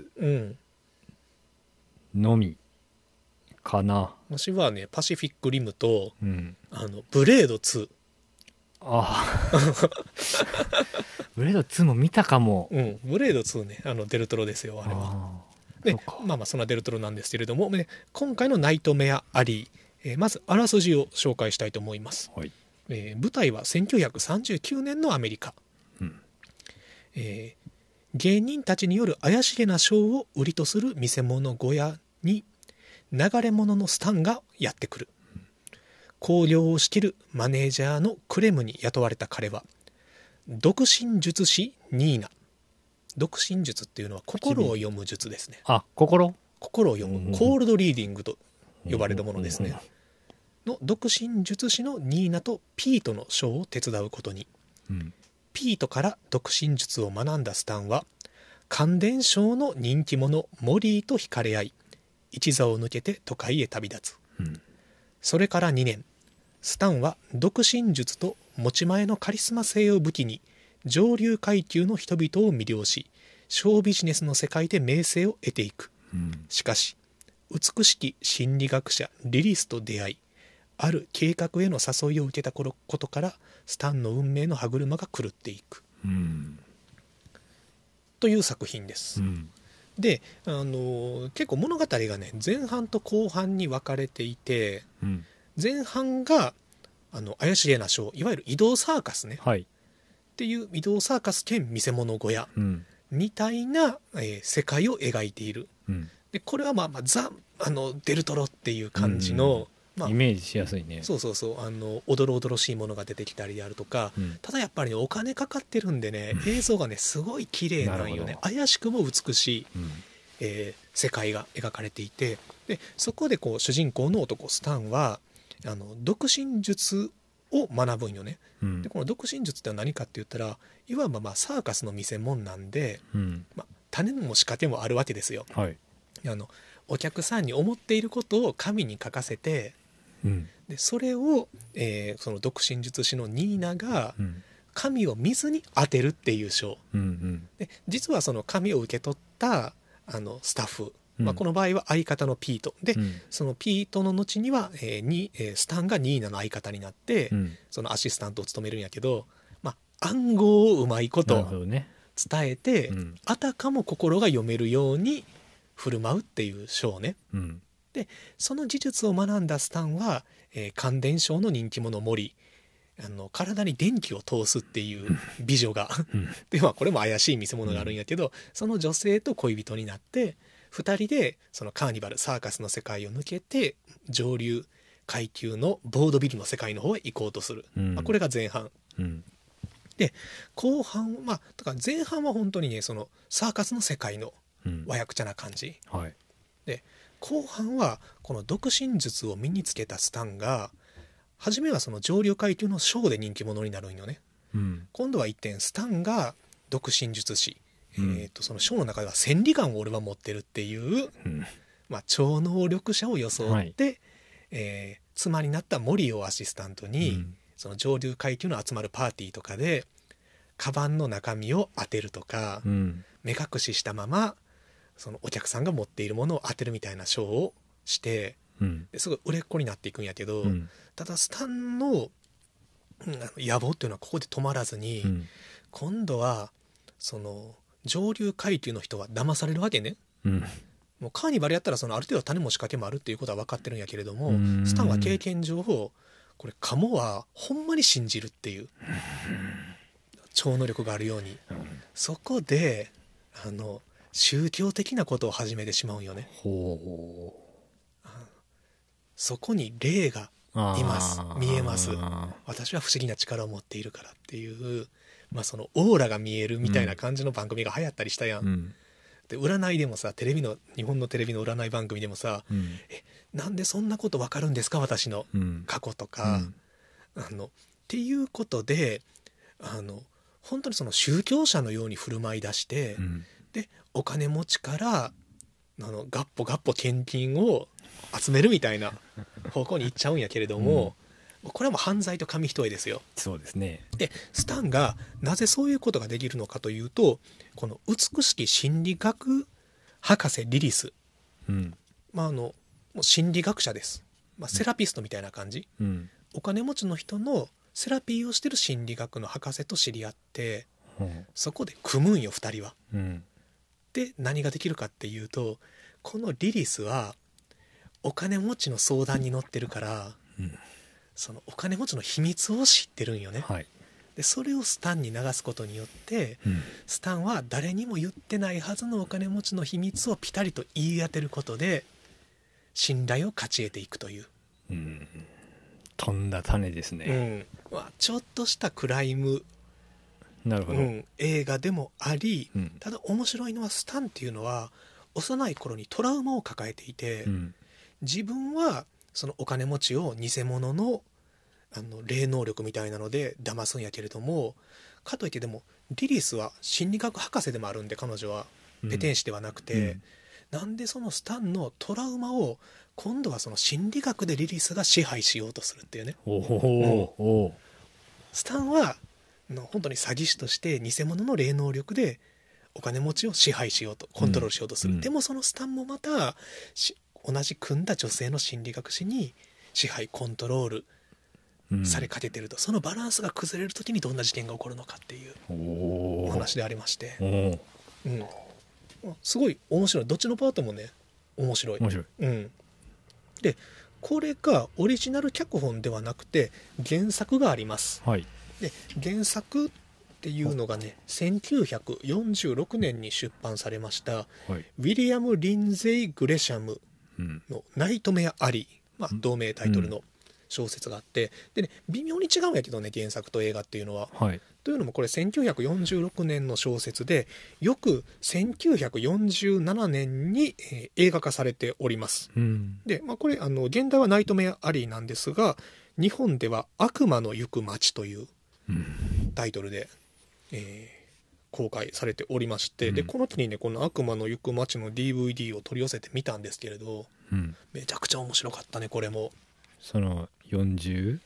のみかな。 私はね、パシフィックリムと、ブレード2。 ブレード2も見たかも。 ブレード2ね、デルトロですよ、あれは。でそんなデルトロなんですけれども、ね、今回のナイトメアアリー、まずあらすじを紹介したいと思います。舞台は1939年のアメリカ。芸人たちによる怪しげなショーを売りとする見せ物小屋に流れ者のスタンがやってくる。興行を仕切るマネージャーのクレムに雇われた彼は、読心術師ニーナ、読心術っていうのは心を読む術ですね。心を読む、コールドリーディングと呼ばれるものですね。の読心術師のニーナとピートのショーを手伝うことに。ピートから読心術を学んだスタンは、感電症の人気者モリーと惹かれ合い、一座を抜けて都会へ旅立つ。それから2年、スタンは読心術と持ち前のカリスマ性を武器に上流階級の人々を魅了し、ショービジネスの世界で名声を得ていく。しかし美しき心理学者リリスと出会い、ある計画への誘いを受けたことからスタンの運命の歯車が狂っていく、という作品です。で結構物語がね、前半と後半に分かれていて、前半が怪しげなショー、いわゆる移動サーカスね、っていう移動サーカス兼見せ物小屋みたいな、世界を描いている。でこれはザ・デルトロっていう感じの、 イメージしやすいね。 おどろおどろしいものが出てきたりであるとか、ただやっぱり、お金かかってるんでね、映像がねすごい綺麗なんよね。怪しくも美しい、世界が描かれていて、でそこで主人公の男スタンは読心術を学ぶんよね。でこの読心術って何かって言ったら、いわばサーカスの見せ物なんで、種も仕掛けもあるわけですよ。お客さんに思っていることを紙に書かせて、でそれを、その読心術師のニーナが紙を見ずに当てるっていう賞、 うんうんで実はその紙を受け取ったスタッフ、 うんこの場合は相方のピートで、 うんそのピートの後には、スタンがニーナの相方になって、 うんそのアシスタントを務めるんやけど、暗号をうまいこなるとほどね。 伝えて、 うんあたかも心が読めるように振る舞うっていう賞ね。 うんその技術を学んだスタンは、感電症の人気者モリ、体に電気を通すっていう美女がうんで、これも怪しい見せ物があるんやけど、その女性と恋人になって2人でそのカーニバルサーカスの世界を抜けて上流階級のボードビルの世界の方へ行こうとする、 うんこれが前半うんで、後半だから前半は本当にねそのサーカスの世界のうんわやくちゃな感じはいで、後半はこの独身術を身につけたスタンが初めはその上流階級のショーで人気者になるんよね。 うん今度は一転スタンが独身術師、 うんそのショーの中では千里眼を俺は持ってるっていう、 うん超能力者を装って、妻になったモリをアシスタントに、 うんその上流階級の集まるパーティーとかでカバンの中身を当てるとか、 うん目隠ししたままそのお客さんが持っているものを当てるみたいなショーをしてうんですごい売れっ子になっていくんやけど、 うんただスタンの、野望っていうのはここで止まらずに、 うん今度はその上流階級の人は騙されるわけね。 うんもうカーニバルやったらそのある程度種も仕掛けもあるっていうことは分かってるんやけれども、 うんスタンは経験上これカモはほんまに信じるっていう超能力があるように、そこで宗教的なことを始めてしまうんよね。 ほそこに霊がういます見えますあ私は不思議な力を持っているからっていう、そのオーラが見えるみたいな感じの番組が流行ったりしたやん、 ーうんで占いでもさ日本のテレビの占い番組でもさ、 うんなんでそんなこと分かるんですか私のうん過去とか、っていうことで本当にその宗教者のように振る舞い出して、 うんでお金持ちからガッポガッポ献金を集めるみたいな方向に行っちゃうんやけれども、これはもう犯罪と紙一重ですよ。 そうですね。 でスタンがなぜそういうことができるのかというと、この美しき心理学博士リリス、 うんもう心理学者です、セラピストみたいな感じ、 うんお金持ちの人のセラピーをしてる心理学の博士と知り合って、そこで組むんよ2人は。 うんで何ができるかっていうと、このリリスはお金持ちの相談に乗ってるから、 うんそのお金持ちの秘密を知ってるんよね。 はいでそれをスタンに流すことによって、 うんスタンは誰にも言ってないはずのお金持ちの秘密をピタリと言い当てることで信頼を勝ち得ていくという、 うん飛んだ種ですね。 ちょっとしたクライム、 なるほど。 映画でもあり、 うんただ面白いのはスタンっていうのは幼い頃にトラウマを抱えていて、 うん自分はそのお金持ちを偽物の霊能力みたいなので騙すんやけれども、かといってでもリリスは心理学博士でもあるんで、彼女はペテン師ではなくて、なんでそのスタンのトラウマを今度はその心理学でリリスが支配しようとするっていうね。 おおスタンは本当に詐欺師として偽物の霊能力でお金持ちを支配しようとコントロールしようとする、でもそのスタンもまた同じ組んだ女性の心理学師に支配コントロールされかけてると、そのバランスが崩れる時にどんな事件が起こるのかっていうお話でありまして、すごい面白い。どっちのパートもね面白い。でこれがオリジナル脚本ではなくて原作があります。 はい。 で原作っていうのがね1946年に出版されました、ウィリアム・リンゼイ・グレシャムの「ナイトメア・アリー」同名タイトルの小説があって、でね微妙に違うんやけどね原作と映画っていうのは。というのもこれ1946年の小説でよく1947年に映画化されております。で、これ現代はナイトメア・アリーなんですが、日本では悪魔の行く街というタイトルで、公開されておりまして、でこの時にねこの悪魔の行く街の DVD を取り寄せてみたんですけれど、めちゃくちゃ面白かったね。これもその40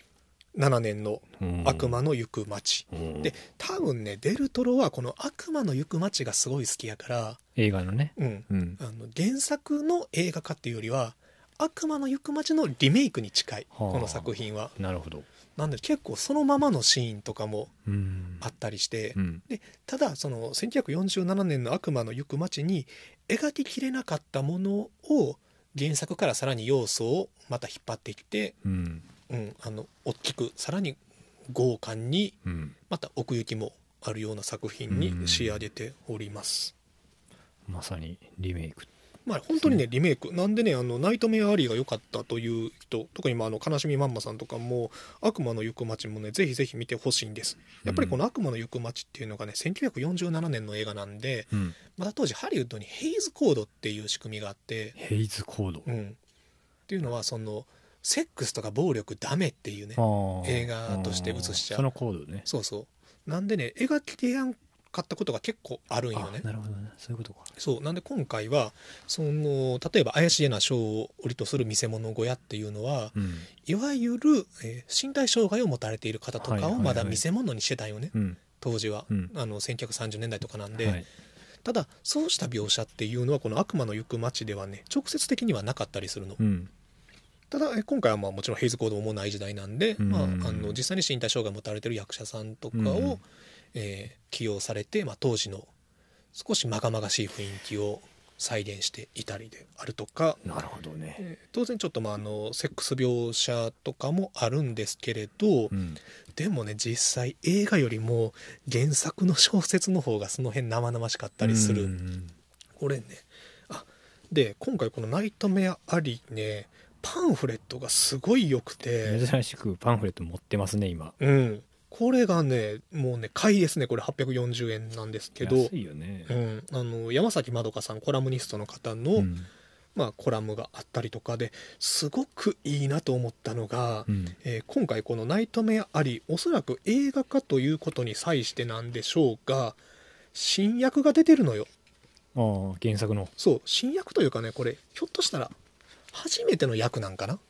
2007年の悪魔の行く街、で多分ねデルトロはこの悪魔の行く街がすごい好きやから、 映画のね、 原作の映画化っていうよりは悪魔の行く街のリメイクに近い、この作品は。 なるほど。 なんで結構そのままのシーンとかもあったりして、でただその1947年の悪魔の行く街に描ききれなかったものを原作からさらに要素をまた引っ張ってきて、大きくさらに豪華にまた奥行きもあるような作品に仕上げております。 まさにリメイク、 本当にねリメイクなんでね、ナイトメアアリーが良かったという人、特に悲しみまんまさんとかも悪魔の行く街もねぜひぜひ見てほしいんです。やっぱりこの悪魔の行く街っていうのがね1947年の映画なんで、まだ当時ハリウッドにヘイズコードっていう仕組みがあって、 ヘイズコード、 っていうのはそのセックスとか暴力ダメっていうね映画として映しちゃう、 そのコードね。 そうなんでね描ききやんかったことが結構あるんよね。 なるほどね、そういうことか。 そうなんで今回はその例えば怪しげなショーを売りとする見せ物小屋っていうのは、いわゆる、身体障害を持たれている方とかをまだ見せ物にしてたよね、当時は、1930年代とかなんで、ただそうした描写っていうのはこの悪魔の行く街ではね直接的にはなかったりするの、ただ今回はもちろんヘイズコードもない時代なんで、実際に身体障害を持たれている役者さんとかを、起用されて、当時の少しまがまがしい雰囲気を再現していたりであるとか。 なるほどね、 当然ちょっとセックス描写とかもあるんですけれど、でもね実際映画よりも原作の小説の方がその辺生々しかったりする、これね。で今回このナイトメアアリーねパンフレットがすごい良くて、 珍しくパンフレット持ってますね今。 これがねもうね買いですね。これ840円なんですけど、 安いよね。 山崎まどかさんコラムニストの方の、コラムがあったりとかですごくいいなと思ったのが、今回このナイトメアアリーおそらく映画化ということに際してなんでしょうが新訳が出てるのよ。 原作の。 そう新訳というかね、これひょっとしたら初めての訳なんかな。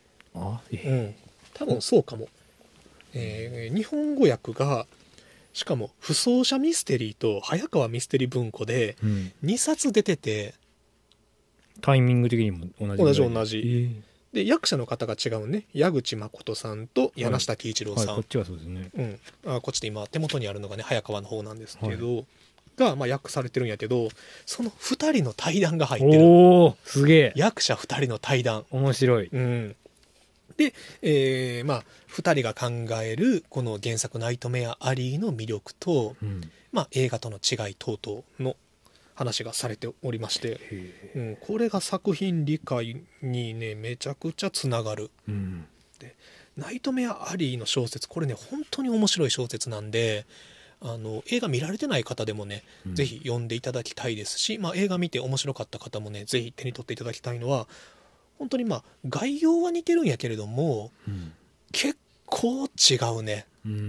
多分そうかも。日本語訳がしかも不走者ミステリーと早川ミステリー文庫で2冊出てて、 タイミング的にも同じ、で役者の方が違うね。矢口誠さんと柳下喜一郎さん、 こっちはそうですね、 こっちで今手元にあるのがね早川の方なんですけど、が訳されてるんやけど、その2人の対談が入ってる。 すげえ。 役者2人の対談面白い。 で、2人が考えるこの原作ナイトメアアリーの魅力と、映画との違い等々の話がされておりまして、これが作品理解にねめちゃくちゃつながる、でナイトメアアリーの小説これね本当に面白い小説なんで、映画見られてない方でもね、ぜひ読んでいただきたいですし、映画見て面白かった方もねぜひ手に取っていただきたいのは、本当に概要は似てるんやけれども、結構違うね。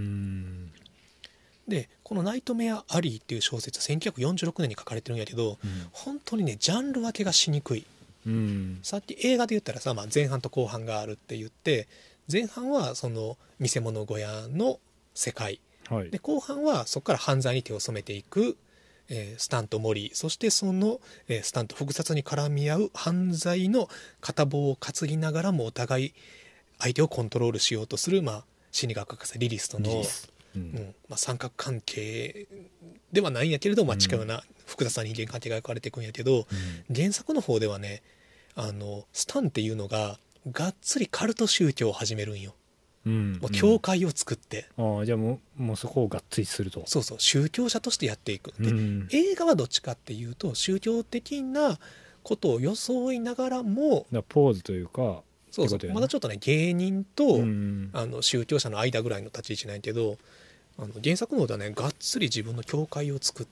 でこのナイトメアアリーっていう小説1946年に書かれてるんやけど、本当にねジャンル分けがしにくい。さっき映画で言ったらさ、前半と後半があるって言って、前半はその見せ物小屋の世界、で後半はそこから犯罪に手を染めていく、スタントモリー、そしてその、スタント複雑に絡み合う犯罪の片棒を担ぎながらもお互い相手をコントロールしようとする、心理学博士リリスとの三角関係ではないんやけれど、近いような複雑な人間関係が描かれていくんやけど、原作の方ではねスタンっていうのががっつりカルト宗教を始めるんよ。もう教会を作って、 じゃあもうそこをがっつりすると。 そう宗教者としてやっていく。で、映画はどっちかっていうと宗教的なことを装いながらもポーズというか、 まだちょっとね芸人と、宗教者の間ぐらいの立ち位置なんやけど、原作の方ではねがっつり自分の教会を作って、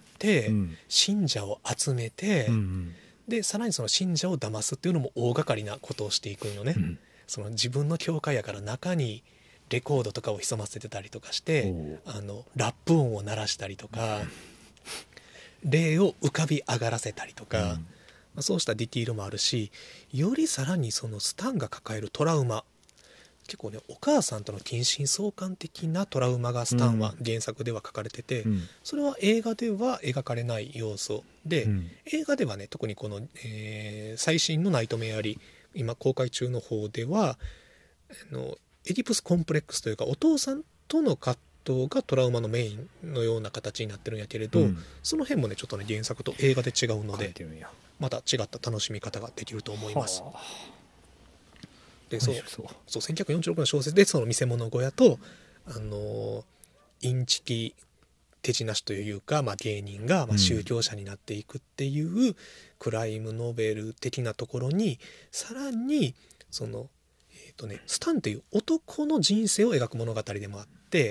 信者を集めて、でさらにその信者を騙すっていうのも大掛かりなことをしていくんよね。その自分の教会やから中にレコードとかを潜ませてたりとかして、ラップ音を鳴らしたりとか、霊を浮かび上がらせたりとか、そうしたディティールもあるし、よりさらにそのスタンが抱えるトラウマ、 結構ねお母さんとの近親相関的なトラウマがスタンは原作では書かれてて、それは映画では描かれない要素で、映画ではね特にこの、最新のナイトメアリー今公開中の方ではエディプスコンプレックスというかお父さんとの葛藤がトラウマのメインのような形になってるんやけれど、その辺もねちょっとね原作と映画で違うのでまた違った楽しみ方ができると思います。でそう1946の小説でその見せ物小屋とインチキ手品師というか、芸人が宗教者になっていくっていうクライムノベル的なところにさらにそのスタンという男の人生を描く物語でもあって、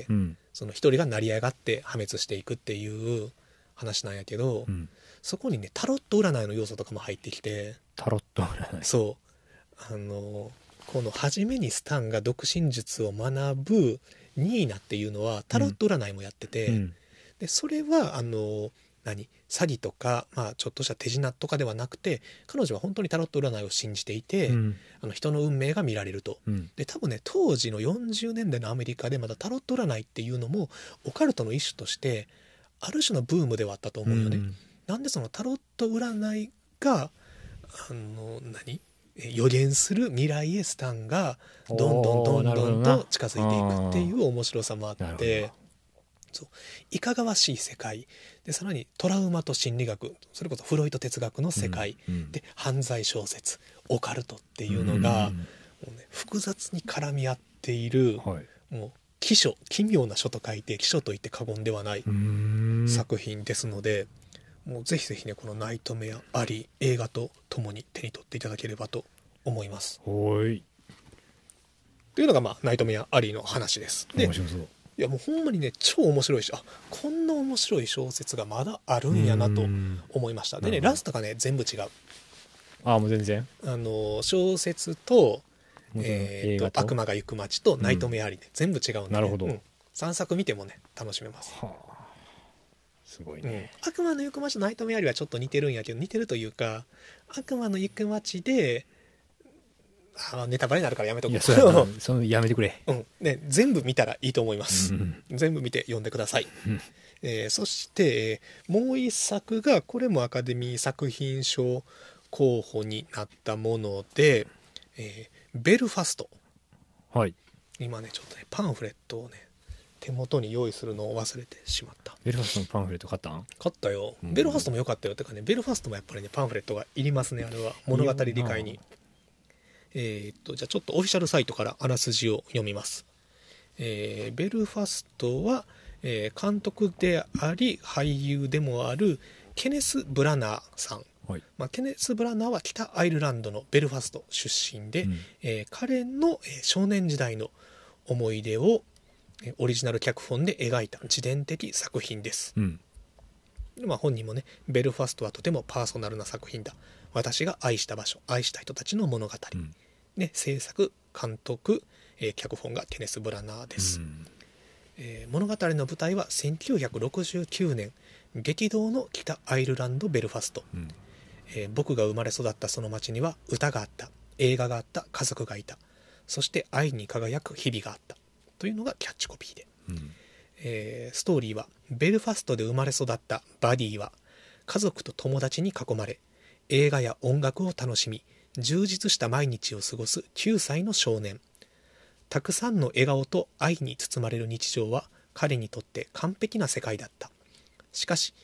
その一人が成り上がって破滅していくっていう話なんやけど、そこにねタロット占いの要素とかも入ってきて、 タロット占いそうこの初めにスタンが読心術を学ぶニーナっていうのはタロット占いもやってて、でそれは詐欺とか、ちょっとした手品とかではなくて彼女は本当にタロット占いを信じていて、人の運命が見られると、で多分ね当時の40年代のアメリカでまだタロット占いっていうのもオカルトの一種としてある種のブームではあったと思うよね、なんでそのタロット占いが予言する未来へスタンがどんどんと近づいていくっていう面白さもあって、そういかがわしい世界でさらにトラウマと心理学それこそフロイト哲学の世界、で犯罪小説オカルトっていうのが、もうね、複雑に絡み合っている、もう奇妙な書と書いて奇書と言って過言ではない作品ですので、もうぜひぜひねこのナイトメアあり映画とともに手に取っていただければと思います。 というのがナイトメアありの話です。で面白そう。 いやもうほんまにね超面白いし、こんな面白い小説がまだあるんやなと思いました。でねラストがね全部違う。 もう全然小説と映画と悪魔が行く街とナイトメアありね、全部違うんで、 なるほど、 3作見てもね楽しめます。 すごいね、 悪魔の行く街とナイトメアリーはちょっと似てるんやけど、似てるというか悪魔の行く街でネタバレになるからやめとく。 そのやめてくれ、 全部見たらいいと思います、全部見て読んでください、そして、もう一作がこれもアカデミー作品賞候補になったもので、ベルファスト、今ねちょっとねパンフレットをね手元に用意するのを忘れてしまった。 ベルファストのパンフレット買ったん？ 買ったよ、ベルファストも良かったよ。ってかねベルファストもやっぱりねパンフレットがいりますね、あれは物語理解に。じゃあちょっとオフィシャルサイトからあらすじを読みます。ベルファストは、監督であり俳優でもあるケネス・ブラナーさん、ケネス・ブラナーは北アイルランドのベルファスト出身で、彼の少年時代の思い出をオリジナル脚本で描いた自伝的作品です、本人もねベルファストはとてもパーソナルな作品だ、私が愛した場所愛した人たちの物語、制作監督、脚本がケネス・ブラナーです、物語の舞台は1969年激動の北アイルランドベルファスト、僕が生まれ育ったその町には歌があった、映画があった、家族がいた、そして愛に輝く日々があったというのがキャッチコピーで、ストーリーはベルファストで生まれ育ったバディは家族と友達に囲まれ映画や音楽を楽しみ充実した毎日を過ごす9歳の少年。たくさんの笑顔と愛に包まれる日常は彼にとって完璧な世界だった。しかし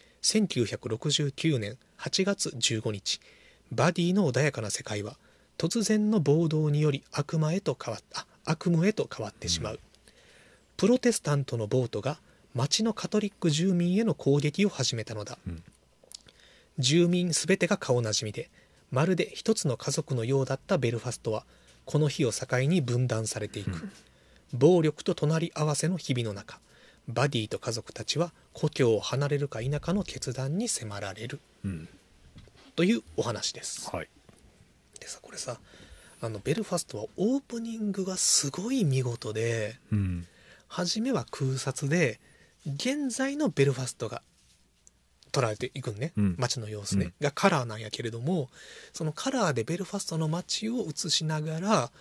1969年8月15日バディの穏やかな世界は突然の暴動により悪夢へと変わってしまう、プロテスタントの暴徒が町のカトリック住民への攻撃を始めたのだ、住民すべてが顔なじみでまるで一つの家族のようだったベルファストはこの日を境に分断されていく、暴力と隣り合わせの日々の中バディと家族たちは故郷を離れるか否かの決断に迫られる、というお話です、でさこれさベルファストはオープニングがすごい見事で、初めは空撮で現在のベルファストが捉えていくね、街の様子ね、がカラーなんやけれども、そのカラーでベルファストの街を映しながら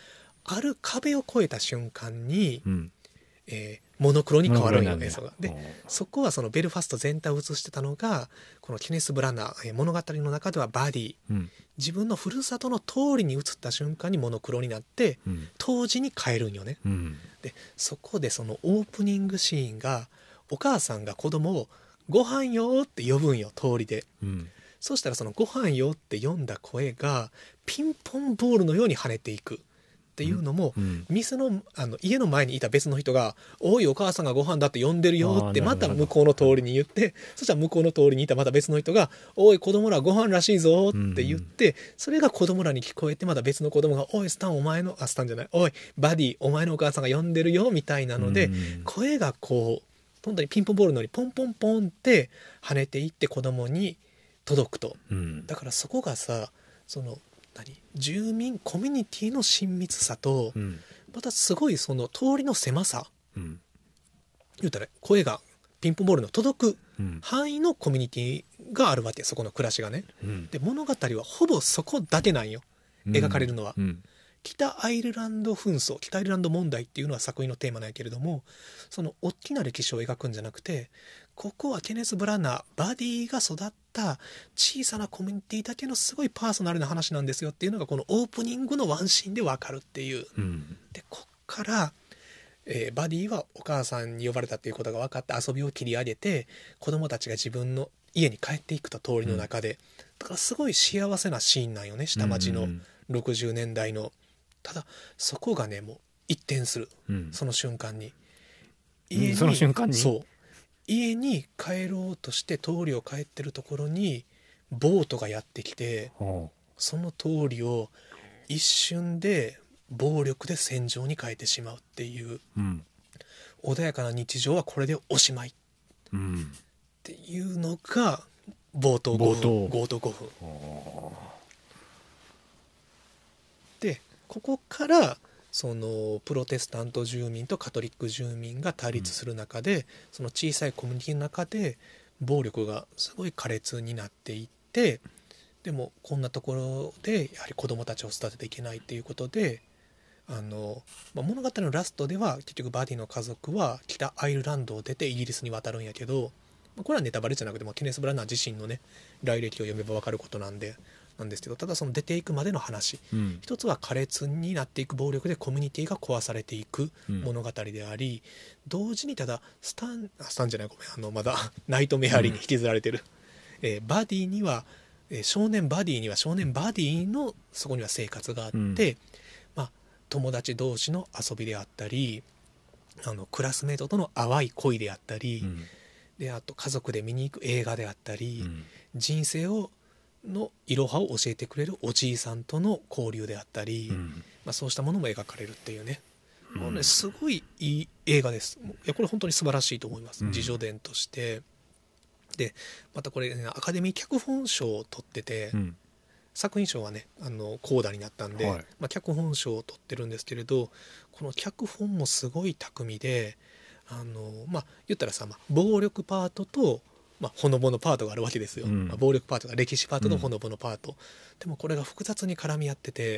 ある壁を越えた瞬間に、モノクロに変わるんよ映像が。でそこはそのベルファスト全体を映してたのがこのケネス・ブラナー、物語の中ではバディ、自分のふるさとの通りに移った瞬間にモノクロになって、当時に変えるんよね、でそこでそのオープニングシーンがお母さんが子供をご飯よって呼ぶんよ通りで、そしたらそのご飯よって呼んだ声がピンポンボールのように跳ねていくっていうのも、店の、家の前にいた別の人が「おいお母さんがご飯だって呼んでるよ」ってまた向こうの通りに言って、そしたら向こうの通りにいたまた別の人が「おい子供らご飯らしいぞ」って言って、それが子供らに聞こえて、また別の子供が「おいスタンお前のスタンじゃないおいバディお前のお母さんが呼んでるよ」みたいなので、声がこう本当にピンポンボールのようにポンポンポンって跳ねていって子供に届くと、だからそこがさその住民コミュニティの親密さと、またすごいその通りの狭さ、言うたら声がピンポンボールの届く範囲のコミュニティがあるわけ、そこの暮らしがね、で物語はほぼそこだけなんよ描かれるのは、北アイルランド紛争、北アイルランド問題っていうのは作品のテーマなんやけれども、その大きな歴史を描くんじゃなくて、ここはケネス・ブラナーバディが育った小さなコミュニティだけのすごいパーソナルな話なんですよっていうのがこのオープニングのワンシーンで分かるっていう、でこっから、バディはお母さんに呼ばれたっていうことが分かって遊びを切り上げて子供たちが自分の家に帰っていくと通りの中で、だからすごい幸せなシーンなんよね、下町の60年代の。ただそこがねもう一転する、その瞬間にその瞬間にそう家に帰ろうとして通りを帰ってるところにボートがやってきて、その通りを一瞬で暴力で戦場に変えてしまうっていう、穏やかな日常はこれでおしまいっていうのが冒頭5分で、ここからそのプロテスタント住民とカトリック住民が対立する中で、その小さいコミュニティの中で暴力がすごい苛烈になっていって、でもこんなところでやはり子どもたちを育てていけないっていうことで、物語のラストでは結局バディの家族は北アイルランドを出てイギリスに渡るんやけど、これはネタバレじゃなくてケネス・ブラナー自身のね来歴を読めば分かることなんですけど、ただその出ていくまでの話、一つは苛烈になっていく暴力でコミュニティが壊されていく物語であり、同時にただスタンじゃないごめんまだナイトメアリーに引きずられてる、バディには、少年バディには少年バディのそこには生活があって、友達同士の遊びであったりクラスメートとの淡い恋であったり、であと家族で見に行く映画であったり、人生のいろはを教えてくれるおじいさんとの交流であったり、そうしたものも描かれるっていうね、もうねすごいいい映画です。いやこれ本当に素晴らしいと思います、自叙伝として。でまたこれ、アカデミー脚本賞を取ってて、作品賞はねコーダになったんで、脚本賞を取ってるんですけれど、この脚本もすごい巧みで、言ったらさ、暴力パートとほのぼのパートがあるわけですよ、暴力パートが歴史パートとほのぼのパート、でもこれが複雑に絡み合ってて、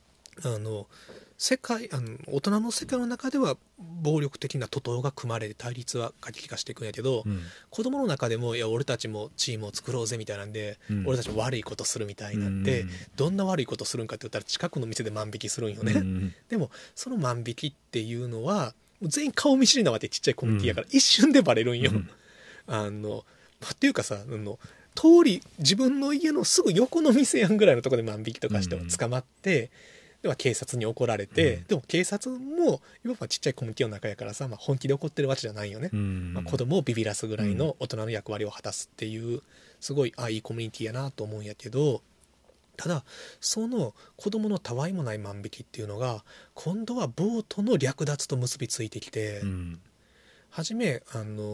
大人の世界の中では暴力的な徒党が組まれて対立は過激化していくんやけど、子供の中でもいや俺たちもチームを作ろうぜみたいなんで、俺たちも悪いことするみたいなんで、どんな悪いことするんかって言ったら近くの店で万引きするんよね、でもその万引きっていうのは全員顔見知りなわけ、ちっちゃいコミュニティやから、一瞬でバレるんよ、っていうかさ通り自分の家のすぐ横の店やんぐらいのところで万引きとかして捕まって、では警察に怒られて、でも警察も今はちっちゃいコミュニティの中やからさ、本気で怒ってるわけじゃないよね、子供をビビらすぐらいの大人の役割を果たすっていうすごいいいコミュニティやなと思うんやけど、ただその子供のたわいもない万引きっていうのが今度はボートの略奪と結びついてきて、初め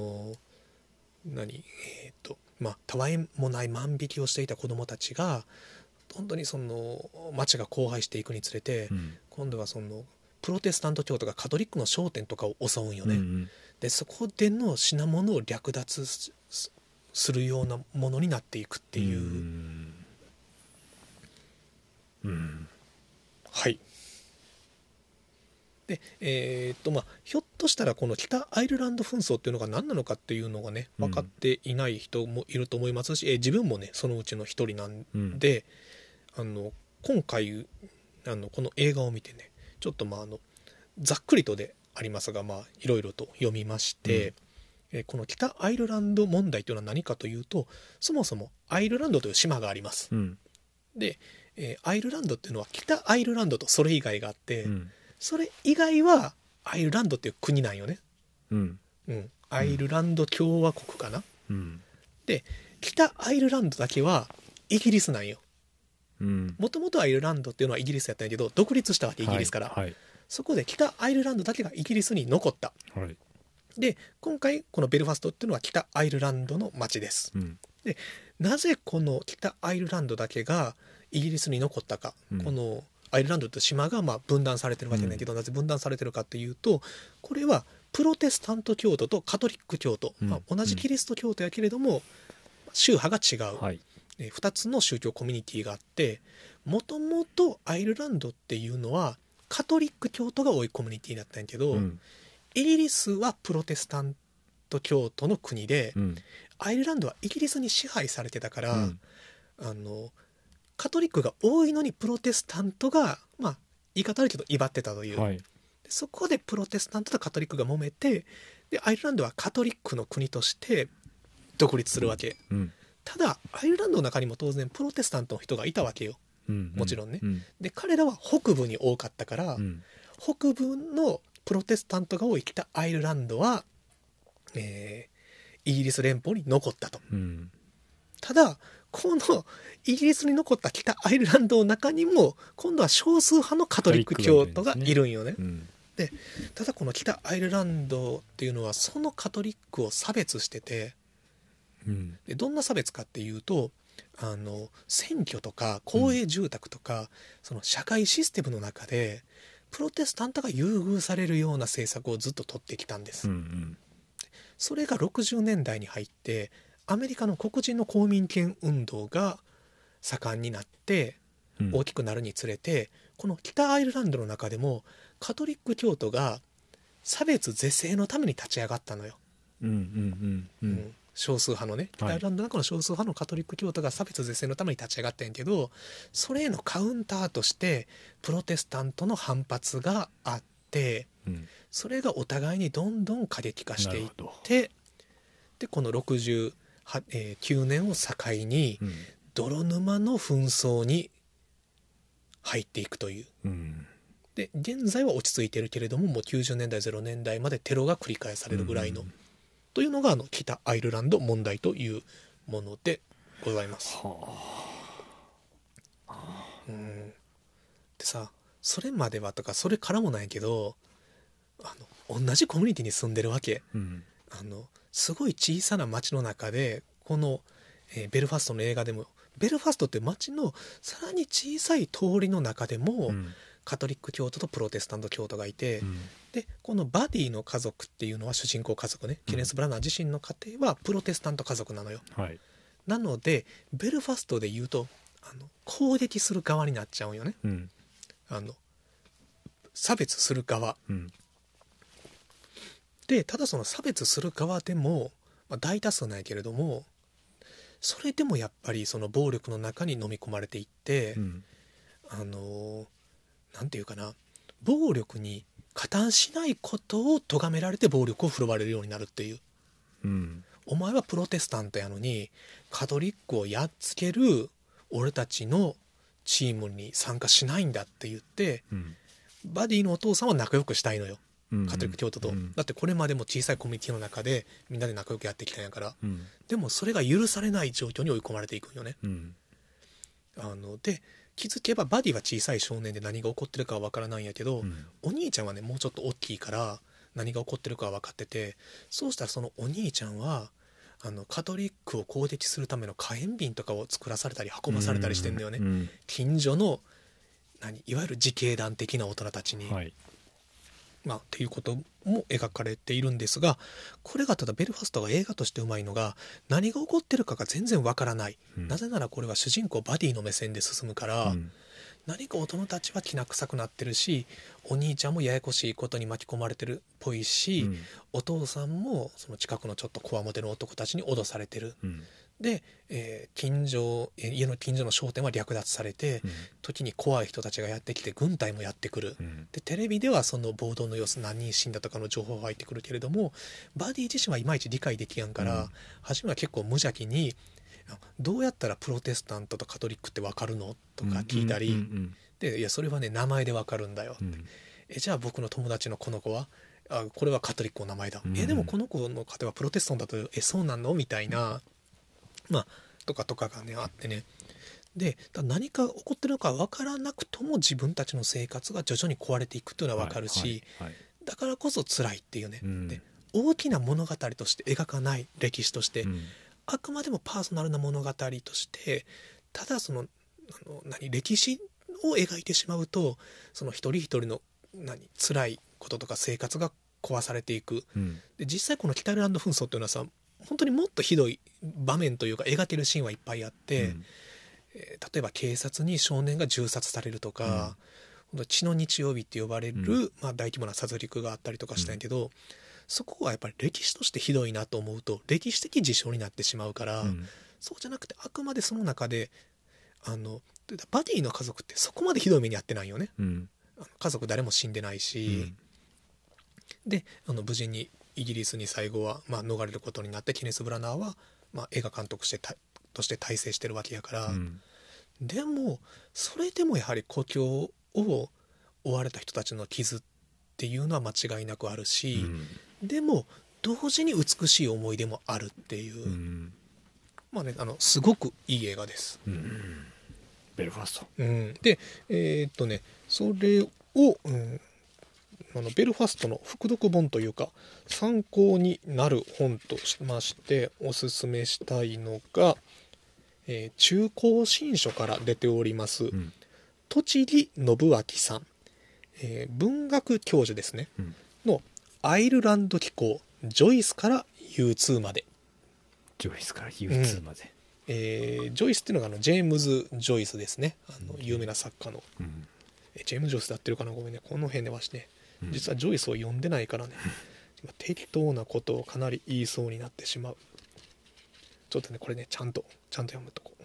たわいもない万引きをしていた子どもたちが本当にその町が荒廃していくにつれて、今度はそのプロテスタント教とかカトリックの商店とかを襲うんよね、でそこでの品物を略奪するようなものになっていくっていう、はいでひょっとしたらこの北アイルランド紛争っていうのが何なのかっていうのがね分かっていない人もいると思いますし、自分もねそのうちの一人なんで、今回この映画を見てねちょっとざっくりとでありますがいろいろと読みまして、この北アイルランド問題というのは何かというと、そもそもアイルランドという島があります、で、アイルランドっていうのは北アイルランドとそれ以外があって、それ以外はアイルランドっていう国なんよね、アイルランド共和国かな、で北アイルランドだけはイギリスなんよ。もともとアイルランドっていうのはイギリスやったんやけど独立したわけイギリスから、そこで北アイルランドだけがイギリスに残った、で今回このベルファストっていうのは北アイルランドの町です、でなぜこの北アイルランドだけがイギリスに残ったか、このアイルランドという島が分断されてるわけなんだけど、なぜ分断されてるかっていうと、これはプロテスタント教徒とカトリック教徒、同じキリスト教徒やけれども宗派が違う、2つの宗教コミュニティがあって、もともとアイルランドっていうのはカトリック教徒が多いコミュニティだったんやけど、イギリスはプロテスタント教徒の国で、アイルランドはイギリスに支配されてたから、カトリックが多いのにプロテスタントが言い方悪いけど威張ってたという、でそこでプロテスタントとカトリックが揉めて、でアイルランドはカトリックの国として独立するわけ、ただアイルランドの中にも当然プロテスタントの人がいたわけよ、もちろんね、で彼らは北部に多かったから、北部のプロテスタントが多い北アイルランドは、イギリス連邦に残ったと、ただこのイギリスに残った北アイルランドの中にも今度は少数派のカトリック教徒がいるんよね。でただこの北アイルランドっていうのはそのカトリックを差別してて、でどんな差別かっていうと、選挙とか公営住宅とか、その社会システムの中でプロテスタントが優遇されるような政策をずっと取ってきたんです、それが60年代に入ってアメリカの黒人の公民権運動が盛んになって大きくなるにつれて、この北アイルランドの中でもカトリック教徒が差別是正のために立ち上がったのよ、少数派のね、北アイルランドの中の少数派のカトリック教徒が差別是正のために立ち上がったんやけど、それへのカウンターとしてプロテスタントの反発があって、それがお互いにどんどん過激化していって、でこの69年を境に泥沼の紛争に入っていくという、で現在は落ち着いてるけれども、もう90年代0年代までテロが繰り返されるぐらいの、というのが北アイルランド問題というものでございます。でさ、それまではとかそれからもなんやけど、同じコミュニティに住んでるわけ、すごい小さな町の中でこの、ベルファストの映画でも、ベルファストって町のさらに小さい通りの中でも、カトリック教徒とプロテスタント教徒がいて、でこのバディの家族っていうのは主人公家族ね、ケネス・ブラナー自身の家庭はプロテスタント家族なのよ、なのでベルファストで言うと攻撃する側になっちゃうんよね、差別する側、でただその差別する側でも、大多数なんやけれども、それでもやっぱりその暴力の中に飲み込まれていって、なんていうかな、暴力に加担しないことを咎められて暴力を振るわれるようになるっていう、お前はプロテスタントやのにカトリックをやっつける俺たちのチームに参加しないんだって言って、バディのお父さんは仲良くしたいのよ、カトリック教徒と、だってこれまでも小さいコミュニティの中でみんなで仲良くやってきたんやから、でもそれが許されない状況に追い込まれていくんよね、で気づけばバディは小さい少年で何が起こってるかは分からないんやけど、お兄ちゃんはねもうちょっと大きいから何が起こってるかは分かってて、そうしたらそのお兄ちゃんはカトリックを攻撃するための火炎瓶とかを作らされたり運ばされたりしてんだよね、近所のいわゆる自警団的な大人たちに、っていうことも描かれているんですが、これがただベルファストが映画としてうまいのが、何が起こってるかが全然わからない、なぜならこれは主人公バディの目線で進むから、 何か大人たちはきな臭くなってるし、お兄ちゃんもややこしいことに巻き込まれてるっぽいし、お父さんもその近くのちょっとこわもての男たちに脅されてる、で、家の近所の商店は略奪されて、時に怖い人たちがやってきて軍隊もやってくる、でテレビではその暴動の様子、何人死んだとかの情報が入ってくるけれども、バディ自身はいまいち理解できやんから、初めは結構無邪気にどうやったらプロテスタントとカトリックって分かるのとか聞いたり、でいやそれはね名前で分かるんだよって、じゃあ僕の友達のこの子はこれはカトリックの名前だ、でもこの子の家庭はプロテスタントだとそうなのみたいな、とかがねあってね、で何か起こってるのか分からなくとも自分たちの生活が徐々に壊れていくというのは分かるし、だからこそ辛いっていうね、で大きな物語として描かない歴史として、あくまでもパーソナルな物語として、ただその歴史を描いてしまうと、その一人一人の辛いこととか生活が壊されていく、で実際この北アイルランド紛争っていうのはさ、本当にもっとひどい場面というか描けるシーンはいっぱいあって、例えば警察に少年が銃殺されるとか、血の日曜日って呼ばれる、大規模な殺戮があったりとかしたんやけど、そこはやっぱり歴史としてひどいなと思うと歴史的事象になってしまうから、そうじゃなくてあくまでその中でバディの家族ってそこまでひどい目に遭ってないよね、家族誰も死んでないし、で無事にイギリスに最後は、逃れることになって、ケネス・ブラナーは、映画監督として大成してるわけやから、でもそれでもやはり故郷を追われた人たちの傷っていうのは間違いなくあるし、でも同時に美しい思い出もあるっていう、すごくいい映画です、 ベルファスト、 でそれを、ベルファストの副読本というか参考になる本としましておすすめしたいのが、中高新書から出ております、栃木信明さん、文学教授ですね、のアイルランド紀行ジョイスから U2 まで、 ジョイスから U2 まで、 ジョイスっていうのがジェームズ・ジョイスですね、有名な作家の、ジェームズ・ジョイスで合ってるかな、ごめんね、この辺ではして、実はジョイスを読んでないからね、適当なことをかなり言いそうになってしまう。ちょっとねこれねちゃんと読むとこ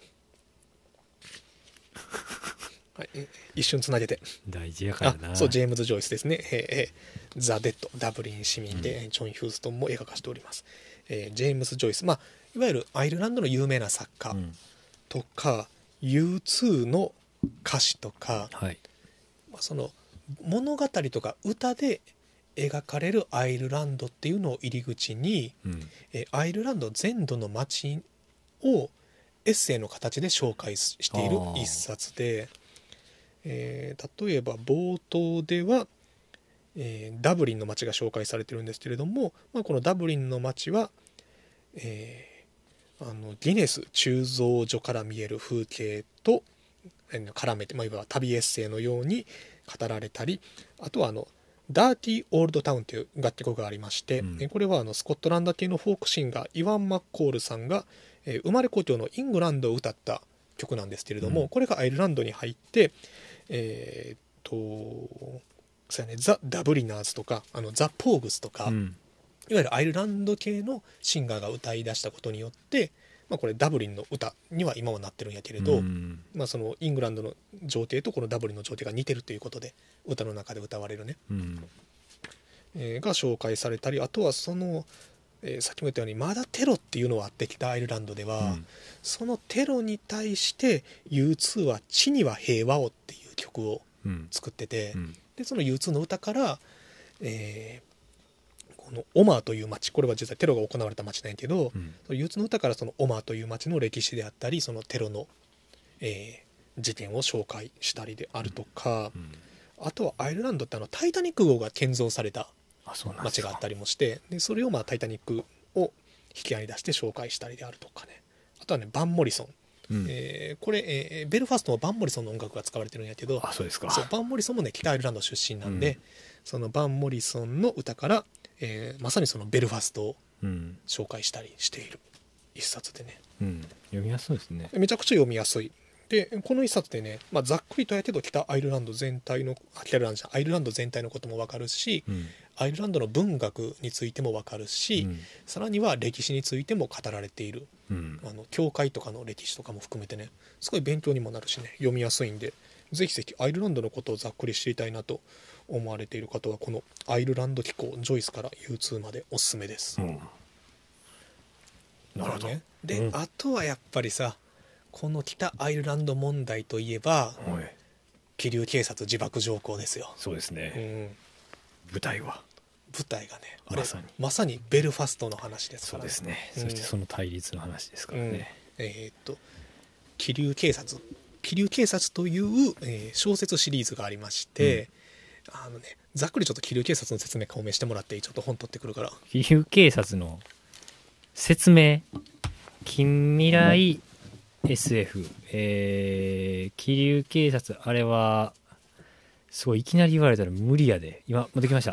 はい、一瞬つなげて大事やからな。 そうジェームズ・ジョイスですね、ザ・デッドダブリン市民で、ジョン・ヒューストンも描かしております、ジェームズ・ジョイス、いわゆるアイルランドの有名な作家とか、U2 の歌詞とか、その物語とか歌で描かれるアイルランドっていうのを入り口に、アイルランド全土の街をエッセイの形で紹介している一冊で、例えば冒頭では、ダブリンの街が紹介されてるんですけれども、このダブリンの街は、ギネス鋳造所から見える風景と絡めて、いわば旅エッセイのように語られたり、あとはダーティー・オールド・タウンという楽曲がありまして、これはスコットランド系のフォークシンガーイワン・マッコールさんが、生まれ故郷のイングランドを歌った曲なんですけれども、これがアイルランドに入ってそうやね、ザ・ダブリナーズとかザ・ポーグスとか、いわゆるアイルランド系のシンガーが歌い出したことによって、これダブリンの歌には今はなってるんやけれど、そのイングランドの情景とこのダブリンの情景が似てるということで歌の中で歌われるね、が紹介されたり、あとはさっきも言ったようにまだテロっていうのはあって北アイルランドでは、そのテロに対して U2 は地には平和をっていう曲を作ってて、でその U2 の歌から、このオマーという町、これは実はテロが行われた町なんやけど、U2 の歌からそのオマーという町の歴史であったり、そのテロの、事件を紹介したりであるとか、あとはアイルランドってタイタニック号が建造された町があったりもして、でそれをタイタニックを引き合いに出して紹介したりであるとかね、あとはねバン・モリソン、これ、ベルファストのバン・モリソンの音楽が使われてるんやけど、 そうですか。 そうバン・モリソンもね北アイルランド出身なんで、そのバン・モリソンの歌から、まさにそのベルファストを紹介したりしている一冊でね、 読みやすいですね。 めちゃくちゃ読みやすいでこの一冊でね、ざっくりとやけど北アイルランド全体のアイルランド全体のことも分かるし、アイルランドの文学についても分かるし、さらには歴史についても語られている、教会とかの歴史とかも含めてね、すごい勉強にもなるしね、読みやすいんで、ぜひぜひアイルランドのことをざっくり知りたいなと思われている方は、このアイルランド機構ジョイスから U2 までおすすめです。なるほどね。で、あとはやっぱりさ、この北アイルランド問題といえば、桐生警察自爆条項ですよ。 そうですね、舞台がね、まさにベルファストの話ですから。 そうですね、そしてその対立の話ですからね。 桐生警察という、小説シリーズがありまして、ざっくりちょっと桐生警察の説明をしてもらっていい？ちょっと本取ってくるから。 桐生警察の説明、近未来SF、桐生警察、あれはすごいいきなり言われたら無理やで。今持ってきました。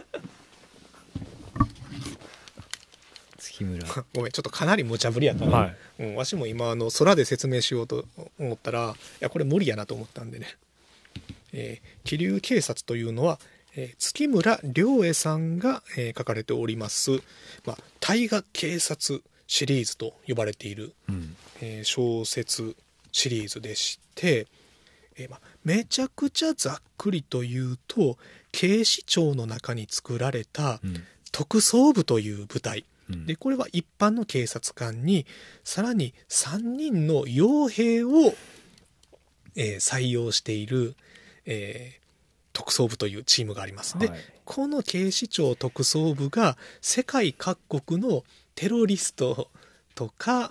月村ごめん、ちょっとかなり無茶ぶりやったな、わしも今空で説明しようと思ったら、いやこれ無理やなと思ったんでね、桐生警察というのは、月村良恵さんが、書かれております、大河警察シリーズと呼ばれている、小説シリーズでして、めちゃくちゃざっくりというと、警視庁の中に作られた特捜部という部隊、でこれは一般の警察官にさらに3人の傭兵を、採用している、特捜部というチームがあります。で、この警視庁特捜部が世界各国のテロリストとか、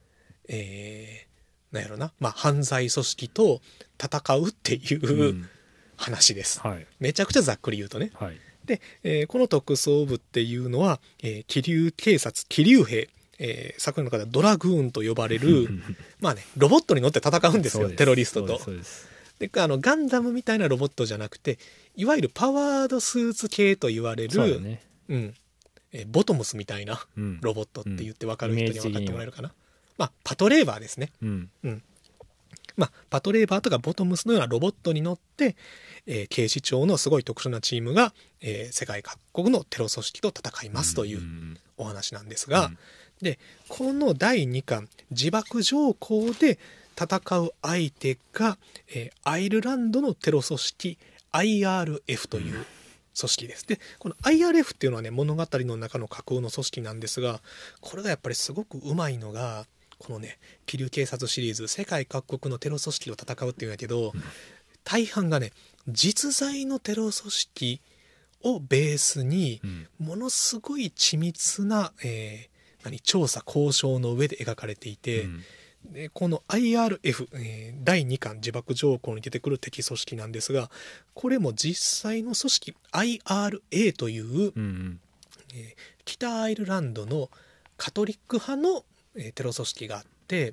なんやろな、犯罪組織と戦うっていう話です、めちゃくちゃざっくり言うとね、で、この特捜部っていうのは、桐生警察、桐生兵、作品の中ではドラグーンと呼ばれるロボットに乗って戦うんですよ、テロリストと。でガンダムみたいなロボットじゃなくて、いわゆるパワードスーツ系と言われる、ボトムスみたいなロボットって言って分かる人には分かってもらえるかな、パトレーバーですね、パトレーバーとかボトムスのようなロボットに乗って、警視庁のすごい特殊なチームが、世界各国のテロ組織と戦いますというお話なんですが、でこの第2巻自爆条項で戦う相手が、アイルランドのテロ組織 IRF という組織です。でこの IRF っていうのはね、物語の中の架空の組織なんですが、これがやっぱりすごくうまいのが、このね桐生警察シリーズ、世界各国のテロ組織と戦うっていうんだけど、大半がね実在のテロ組織をベースにものすごい緻密な、調査交渉の上で描かれていて、でこの IRF、第2巻自爆条項に出てくる敵組織なんですが、これも実際の組織 IRA という、北アイルランドのカトリック派のテロ組織があって、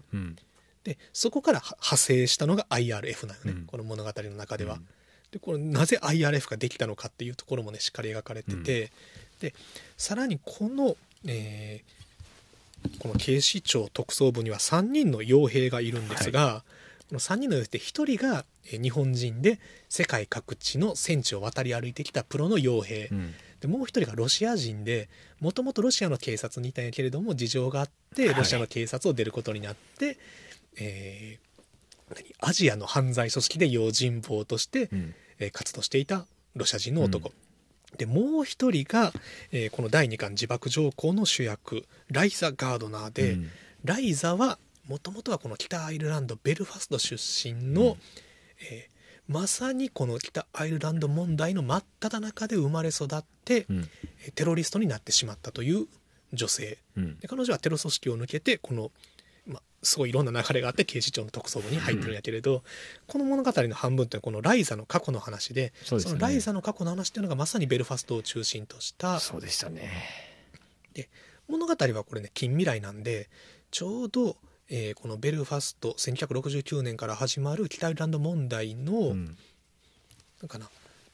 でそこから派生したのが IRF なのね、この物語の中では。でこれなぜ IRF ができたのかっていうところもねしっかり描かれてて、でさらにこの警視庁特捜部には3人の傭兵がいるんですが、この3人の傭兵って1人が日本人で世界各地の戦地を渡り歩いてきたプロの傭兵、でもう1人がロシア人で、もともとロシアの警察にいたんやけれども事情があってロシアの警察を出ることになって、アジアの犯罪組織で用心棒として、活動していたロシア人の男、でもう一人が、この第2巻自爆条項の主役ライザ・ガードナーで、ライザはもともとはこの北アイルランドベルファスト出身の、まさにこの北アイルランド問題の真っ只中で生まれ育って、テロリストになってしまったという女性、で彼女はテロ組織を抜けてこのすごいいろんな流れがあって警視庁の特捜部に入ってるんやけれど、この物語の半分ってこのライザの過去の話で、そのライザの過去の話っていうのがまさにベルファストを中心とした。 そうでしたね。 で物語はこれね近未来なんで、ちょうど、このベルファスト1969年から始まる北アイルランド問題の、なんかな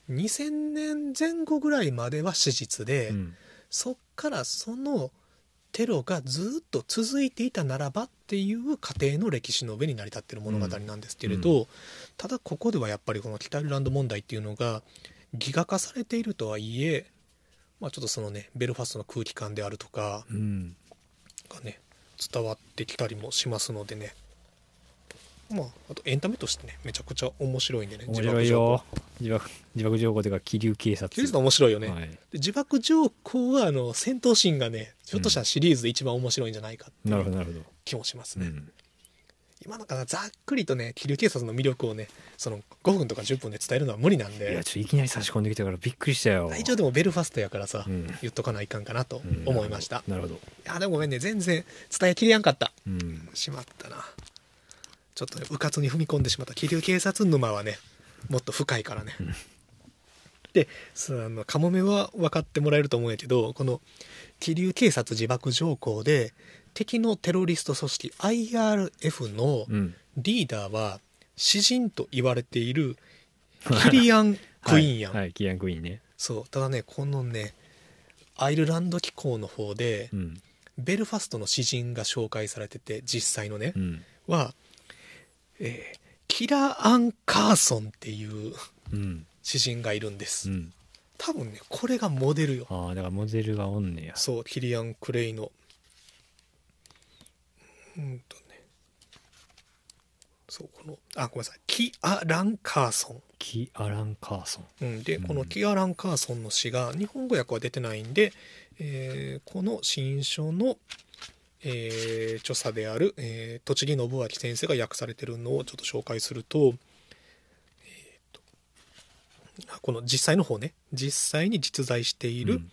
2000年前後ぐらいまでは史実で、そっからそのテロがずっと続いていたならばっていう過程の歴史の上に成り立っている物語なんですけれど、ただここではやっぱりこの北アイルランド問題っていうのがギガ化されているとはいえ、ちょっとそのねベルファストの空気感であるとかがね伝わってきたりもしますのでね、あとエンタメとしてねめちゃくちゃ面白いんでね。 面白いよ。自爆情報というか気流警察。 気流警察面白いよね、 はい、で自爆情報は戦闘シーンがねひょっとしたらシリーズで一番面白いんじゃないかっていう気もしますね。今なんかざっくりとね気流警察の魅力をねその5分とか10分で伝えるのは無理なんで、 いやいきなり差し込んできたからびっくりしたよ。 一応でもベルファストやからさ、言っとかないかんかなと思いました。 なるほど。いやでもごめんね全然伝えきれやんかった、しまったな。ちょっとねうかつに踏み込んでしまった。気流警察沼はねもっと深いからね、でカモメは分かってもらえると思うんやけど、この気流警察自爆条項で敵のテロリスト組織 IRF のリーダーは詩人と言われているキリアン・クイーンやん、 はい、キリアン・クイーンね。 そうただねこのねアイルランド機構の方で、ベルファストの詩人が紹介されてて実際のね、は、キラ・アン・カーソンっていう詩人がいるんです、多分ねこれがモデルよ。 ああだからモデルがおんねや。 そうキリアン・クレイのそうこのごめんなさいキアラン・カーソン。 キアラン・カーソン、 でこのキアラン・カーソンの詩が日本語訳は出てないんで、この新書の、著者である、栃木信明先生が訳されてるのをちょっと紹介すると、この実際の方ね実際に実在している、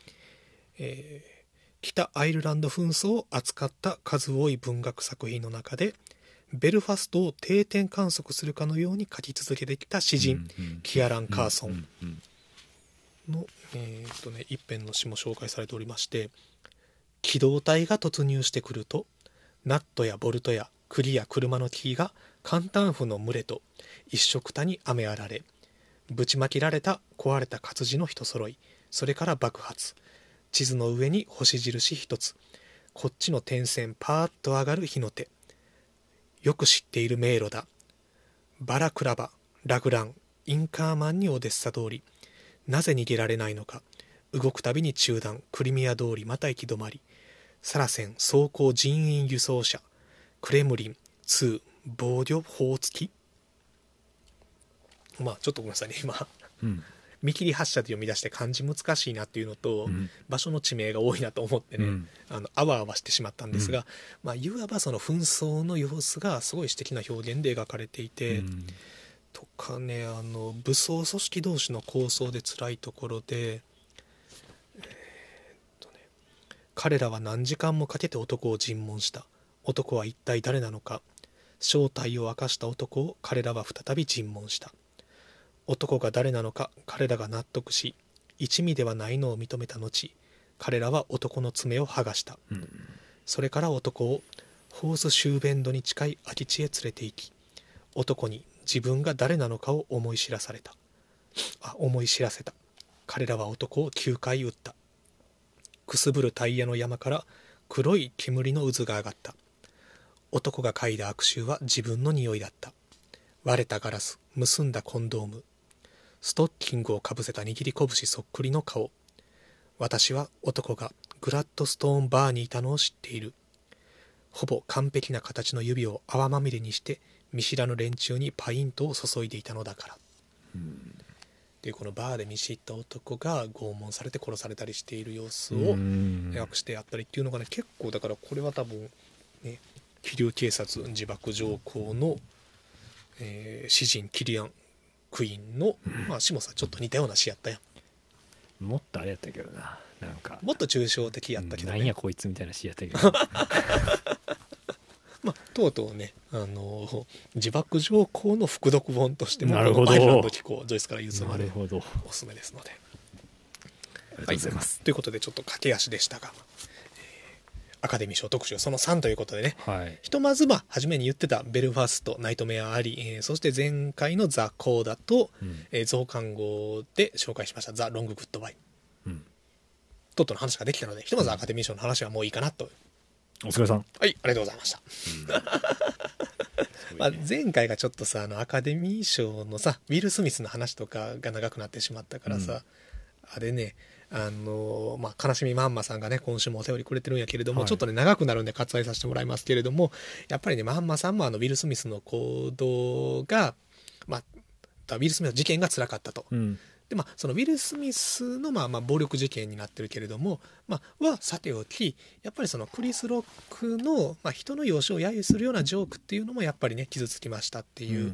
北アイルランド紛争を扱った数多い文学作品の中でベルファストを定点観測するかのように書き続けてきた詩人、キアラン・カーソンの、一編の詩も紹介されておりまして、機動隊が突入してくるとナットやボルトや栗や車の木が簡単符の群れと一緒くたに雨あられ、ぶちまきられた壊れた活字の一揃い、それから爆発、地図の上に星印一つ、こっちの点線パーッと上がる火の手、よく知っている迷路だ、バラクラバ、ラグラン、インカーマンにオデッサ通り、なぜ逃げられないのか、動くたびに中断、クリミア通りまた行き止まり、サラセン装甲人員輸送車、クレムリン2防御砲付き。ちょっとごめんなさいね今、見切り発車で読み出して漢字難しいなっていうのと、場所の地名が多いなと思ってね、あわあわしてしまったんですが、いわばその紛争の様子がすごい詩的な表現で描かれていて、とかね武装組織同士の抗争で辛いところで、彼らは何時間もかけて男を尋問した。男は一体誰なのか。正体を明かした男を彼らは再び尋問した。男が誰なのか彼らが納得し、一味ではないのを認めた後、彼らは男の爪を剥がした、それから男をホースシューベンドに近い空き地へ連れて行き、男に自分が誰なのかを思い知らせた。彼らは男を9回撃った。くすぶるタイヤの山から黒い煙の渦が上がった。男が嗅いだ悪臭は自分の匂いだった。割れたガラス、結んだコンドーム、ストッキングをかぶせた握り拳そっくりの顔。私は男がグラッドストーンバーにいたのを知っている。ほぼ完璧な形の指を泡まみれにして見知らぬ連中にパイントを注いでいたのだから。でこのバーで見知った男が拷問されて殺されたりしている様子を訳してやったりっていうのがね、結構だからこれは多分ね気流警察自爆条項の、詩人キリアン・クイーンの、詩もさちょっと似たような詩やったやん。もっとあれやったけどな、なんかもっと抽象的やったけどね、 なんやこいつみたいな詩やったけどとうとうね、自爆条項の副読本としてもなるほどアイルランド機構ジョイスからユースまでなるほどおすすめですので、 ありがとうございます、 ということでちょっと駆け足でしたが、アカデミー賞特集その3ということでね、ひとまず初めに言ってたベルファスト、ナイトメアあり、そして前回のザ・コーダと、増刊号で紹介しましたザ・ロング・グッドバイ、トットの話ができたので、ひとまずアカデミー賞の話はもういいかなとお疲れさん。 はい、ありがとうございました。まあ、前回がちょっとさアカデミー賞のさウィル・スミスの話とかが長くなってしまったからさ、あれねまあ、悲しみまんまさんがね今週もお便りくれてるんやけれども、ちょっとね長くなるんで割愛させてもらいますけれども、やっぱりねまんまさんもウィル・スミスの行動が、まあ、ウィル・スミスの事件が辛かったと。でそのウィル・スミスの暴力事件になってるけれども、はさておき、やっぱりそのクリス・ロックの、人の容姿を揶揄するようなジョークっていうのもやっぱりね傷つきましたっていう、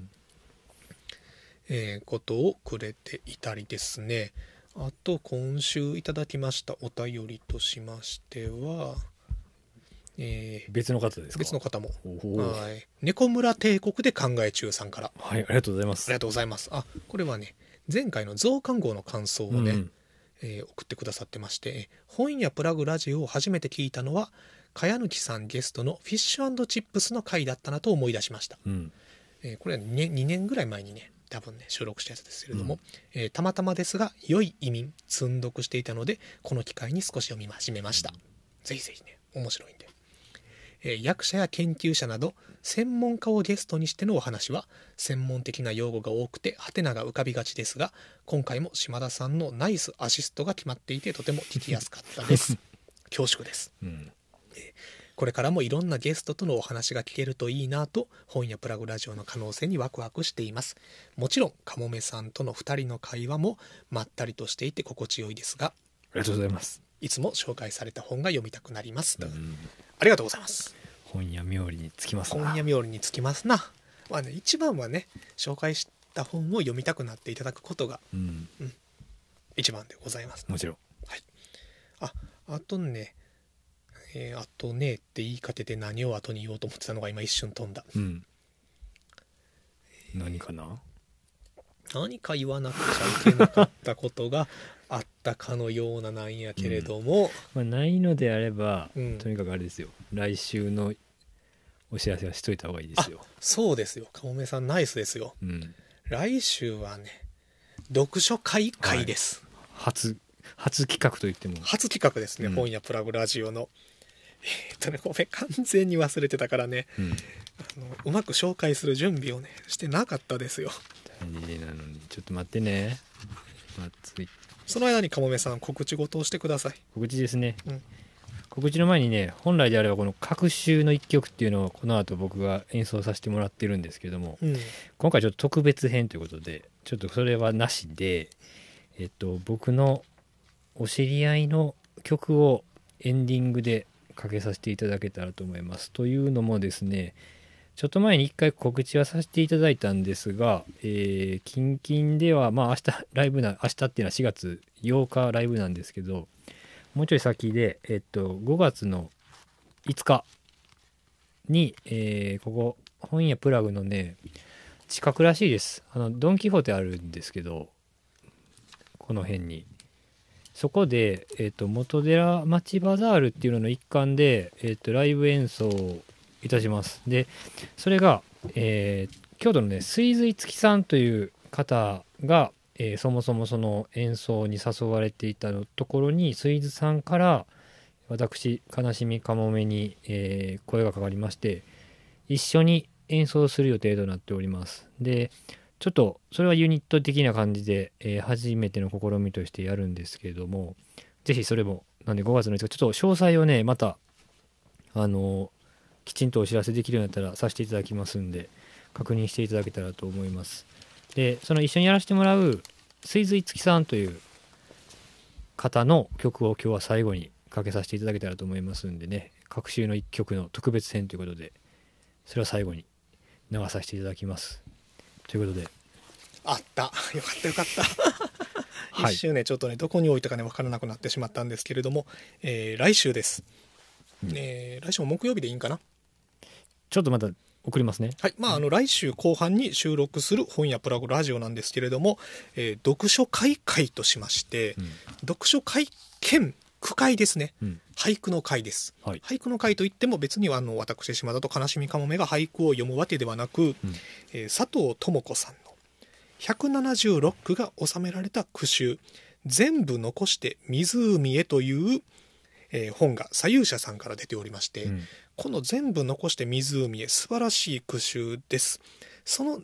ことをくれていたりですね。あと今週いただきましたお便りとしましては、 別の方ですか？ 別の方も、はい、猫村帝国で考え中さんから、 はい、ありがとうございます。 ありがとうございます。これはね前回の増刊号の感想をね、送ってくださってまして、本屋プラグラジオを初めて聞いたのは茅貫さんゲストのフィッシュ&チップスの回だったなと思い出しました。これは、2年ぐらい前にね多分ね収録したやつですけれども、たまたまですが良い移民積読していたのでこの機会に少し読み始めました。ぜひぜひね面白いんで、役者や研究者など専門家をゲストにしてのお話は専門的な用語が多くてハテナが浮かびがちですが、今回も島田さんのナイスアシストが決まっていてとても聞きやすかったです恐縮です、これからもいろんなゲストとのお話が聞けるといいなと本屋プラグラジオの可能性にワクワクしています。もちろんかもめさんとの2人の会話もまったりとしていて心地よいですが、 ありがとうございます。 いつも紹介された本が読みたくなります、ありがとうございます。 本屋冥利につきますな。 本屋冥利につきますな。一番はね紹介した本を読みたくなっていただくことが、一番でございます。 もちろん。 はい。あとね、あとねって言い方で何を後に言おうと思ってたのが今一瞬飛んだ。 何かな？ 何か言わなくちゃいけなかったことがあったかのようななんやけれども、 ないのであれば、とにかくあれですよ、来週のお知らせはしといた方がいいですよ。 そうですよ、かもめさんナイスですよ、来週はね読書会会です、 初企画といっても初企画ですね、本屋プラグラジオのごめん完全に忘れてたからね、うまく紹介する準備をねしてなかったですよ。 大事なのにちょっと待ってね。 その間にかもめさん告知事をしてください。 告知ですね、告知の前にね、本来であればこの隔週の一曲っていうのをこの後僕が演奏させてもらってるんですけども、今回ちょっと特別編ということでちょっとそれはなしで、僕のお知り合いの曲をエンディングでかけさせていただけたらと思います。というのもですね、ちょっと前に一回告知はさせていただいたんですが、近々では明日ライブ明日っていうのは4月8日ライブなんですけど、もうちょい先で、5月の5日に、ここ本屋プラグのね近くらしいです。ドン・キホーテあるんですけど、この辺にそこで、元寺町バザールっていうのの一環で、ライブ演奏をいたします。でそれが、京都のね水髄月さんという方が、そもそもその演奏に誘われていたところに水髄さんから私悲しみかもめに、声がかかりまして、一緒に演奏する予定となっております。でちょっとそれはユニット的な感じで、初めての試みとしてやるんですけれども、ぜひそれもなんで5月の5日ちょっと詳細をねまたきちんとお知らせできるようになったらさせていただきますんで、確認していただけたらと思います。でその一緒にやらせてもらう水髄月さんという方の曲を今日は最後にかけさせていただけたらと思いますんでね、各週の1曲の特別編ということでそれは最後に流させていただきますということで、 あったよかったよかった一瞬ねちょっとねどこに置いたかね分からなくなってしまったんですけれども、来週です、来週も木曜日でいいんかな。 ちょっとまた送りますね。 はい、来週後半に収録する本屋プラグラジオなんですけれども、読書会会としまして、読書会兼句会ですね、俳句の会です、俳句の会といっても別には私島田と悲しみかもめが俳句を読むわけではなく、佐藤智子さんの176句が収められた句集全部残して湖へという、 本が左右者さんから出ておりまして、 うん、 この全部残して湖へ素晴らしい句集です。その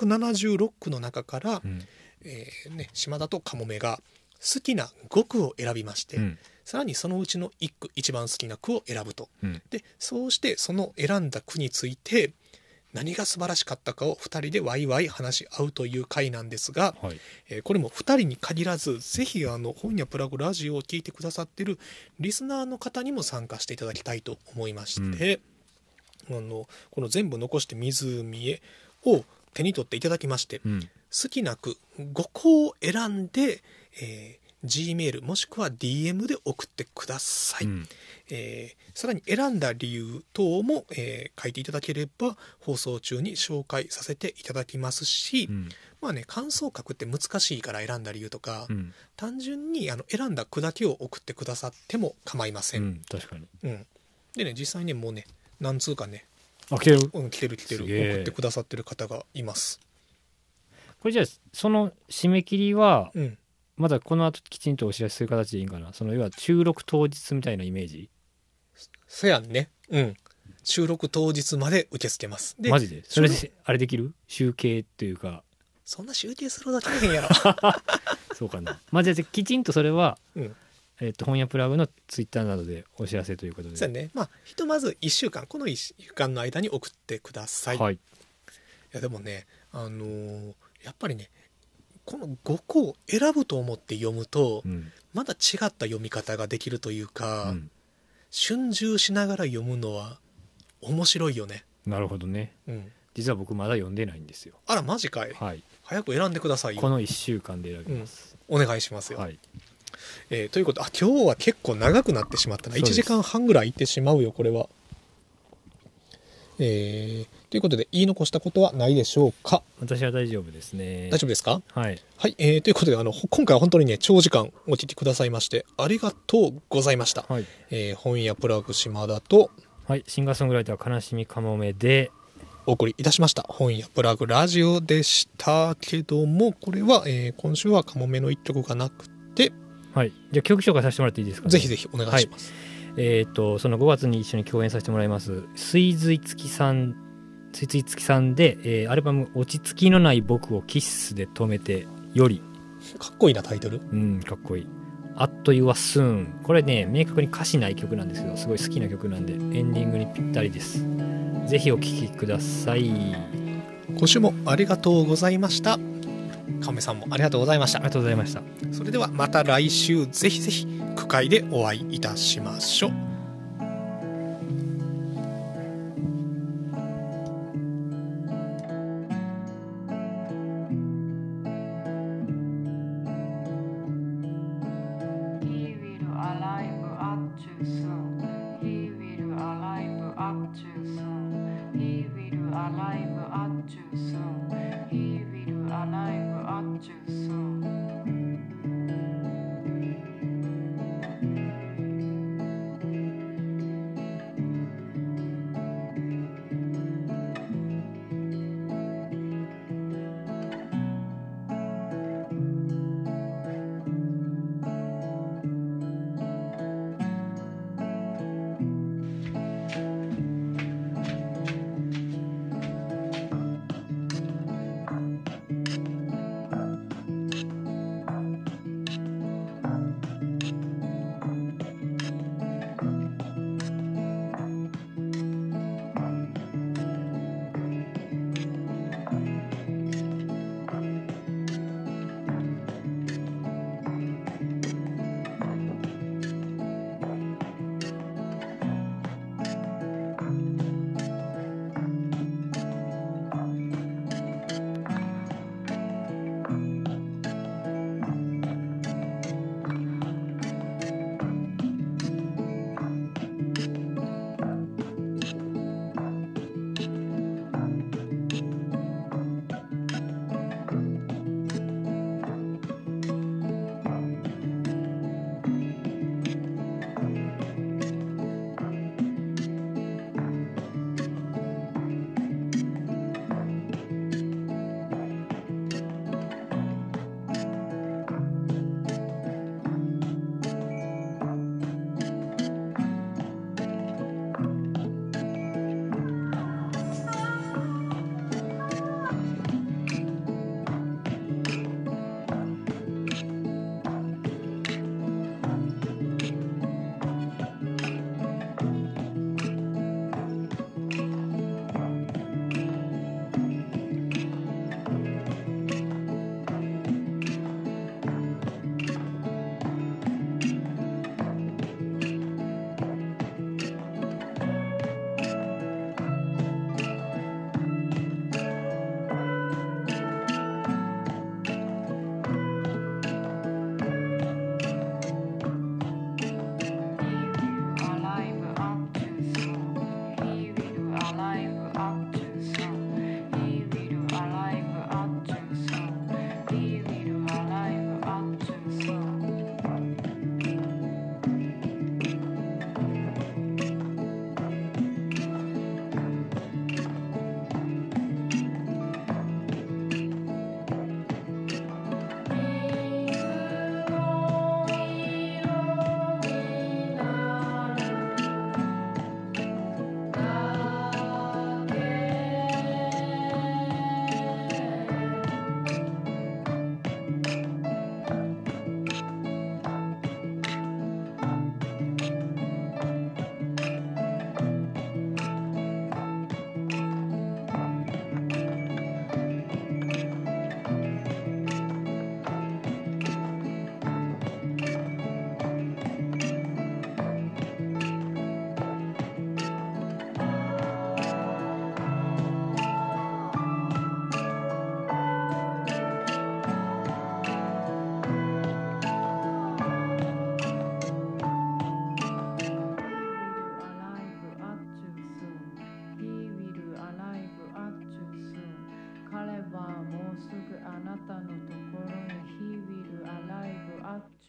176句の中から、 うん島田とかもめが好きな5句を選びまして、さらにそのうちの1句一番好きな句を選ぶと、でそうしてその選んだ句について何が素晴らしかったかを2人でワイワイ話し合うという回なんですが、 はいこれも2人に限らずぜひ本屋プラグラジオを聞いてくださってるリスナーの方にも参加していただきたいと思いまして、この全部残して湖へを手に取っていただきまして、好きな句5個を選んで、G メールもしくは DM で送ってください、さらに選んだ理由等も、書いていただければ放送中に紹介させていただきますし、まあね、感想書くって難しいから選んだ理由とか、単純に選んだ句だけを送ってくださっても構いません、 確かに、 でね、実際ねもうね何通かね来てる、 来てる送ってくださってる方がいます。 これじゃあその締め切りは、まだこの後きちんとお知らせする形でいいんかな。その要は収録当日みたいなイメージ。 そやんね。収録当日まで受け付けます。 マジでそれであれできる集計っていうか。 そんな集計するほど大変やろ。 そうかな。まあじゃあきちんとそれは、本屋プラグのツイッターなどでお知らせということで。 そうやね。まあひとまず1週間この1週間の間に送ってください。いやでもねやっぱりねこの5個を選ぶと思って読むと、また違った読み方ができるというか、春秋しながら読むのは面白いよね。 なるほどね、実は僕まだ読んでないんですよ。 あらマジかい、早く選んでくださいよ。 この1週間で選びます、 お願いしますよ、ということで今日は結構長くなってしまったな。1時間半ぐらいいってしまうよこれは。ということで言い残したことはないでしょうか。 私は大丈夫ですね。 大丈夫ですか。 はい、 ということで今回は本当にね長時間お聞きくださいましてありがとうございました。本屋プラグ島田と、 シンガーソングライター悲しみかもめでお送りいたしました本屋プラグラジオでしたけども、これは、今週はかもめの一曲がなくて、じゃあ曲紹介させてもらっていいですか、 ぜひぜひお願いします。 その5月に一緒に共演させてもらいます水髄月さんで、アルバム「落ち着きのない僕をキッスで止めて」より、 かっこいいなタイトル。 かっこいい。あっという間スーン、これね明確に歌詞ない曲なんですけどすごい好きな曲なんでエンディングにぴったりです。ぜひお聴きください。 今週もありがとうございました。かめさんもありがとうございました。 ありがとうございました。 それではまた来週ぜひぜひ句会でお会いいたしましょう。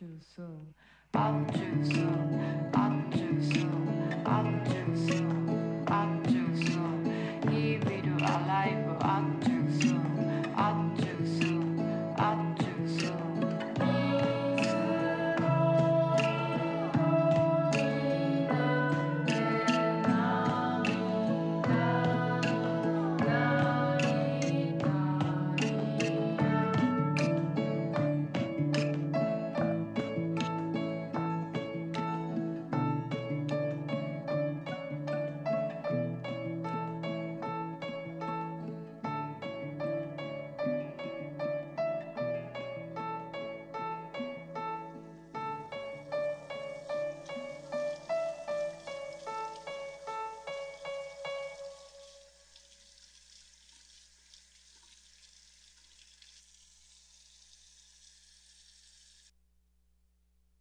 too soon, up too soon, up too soon, up too soon.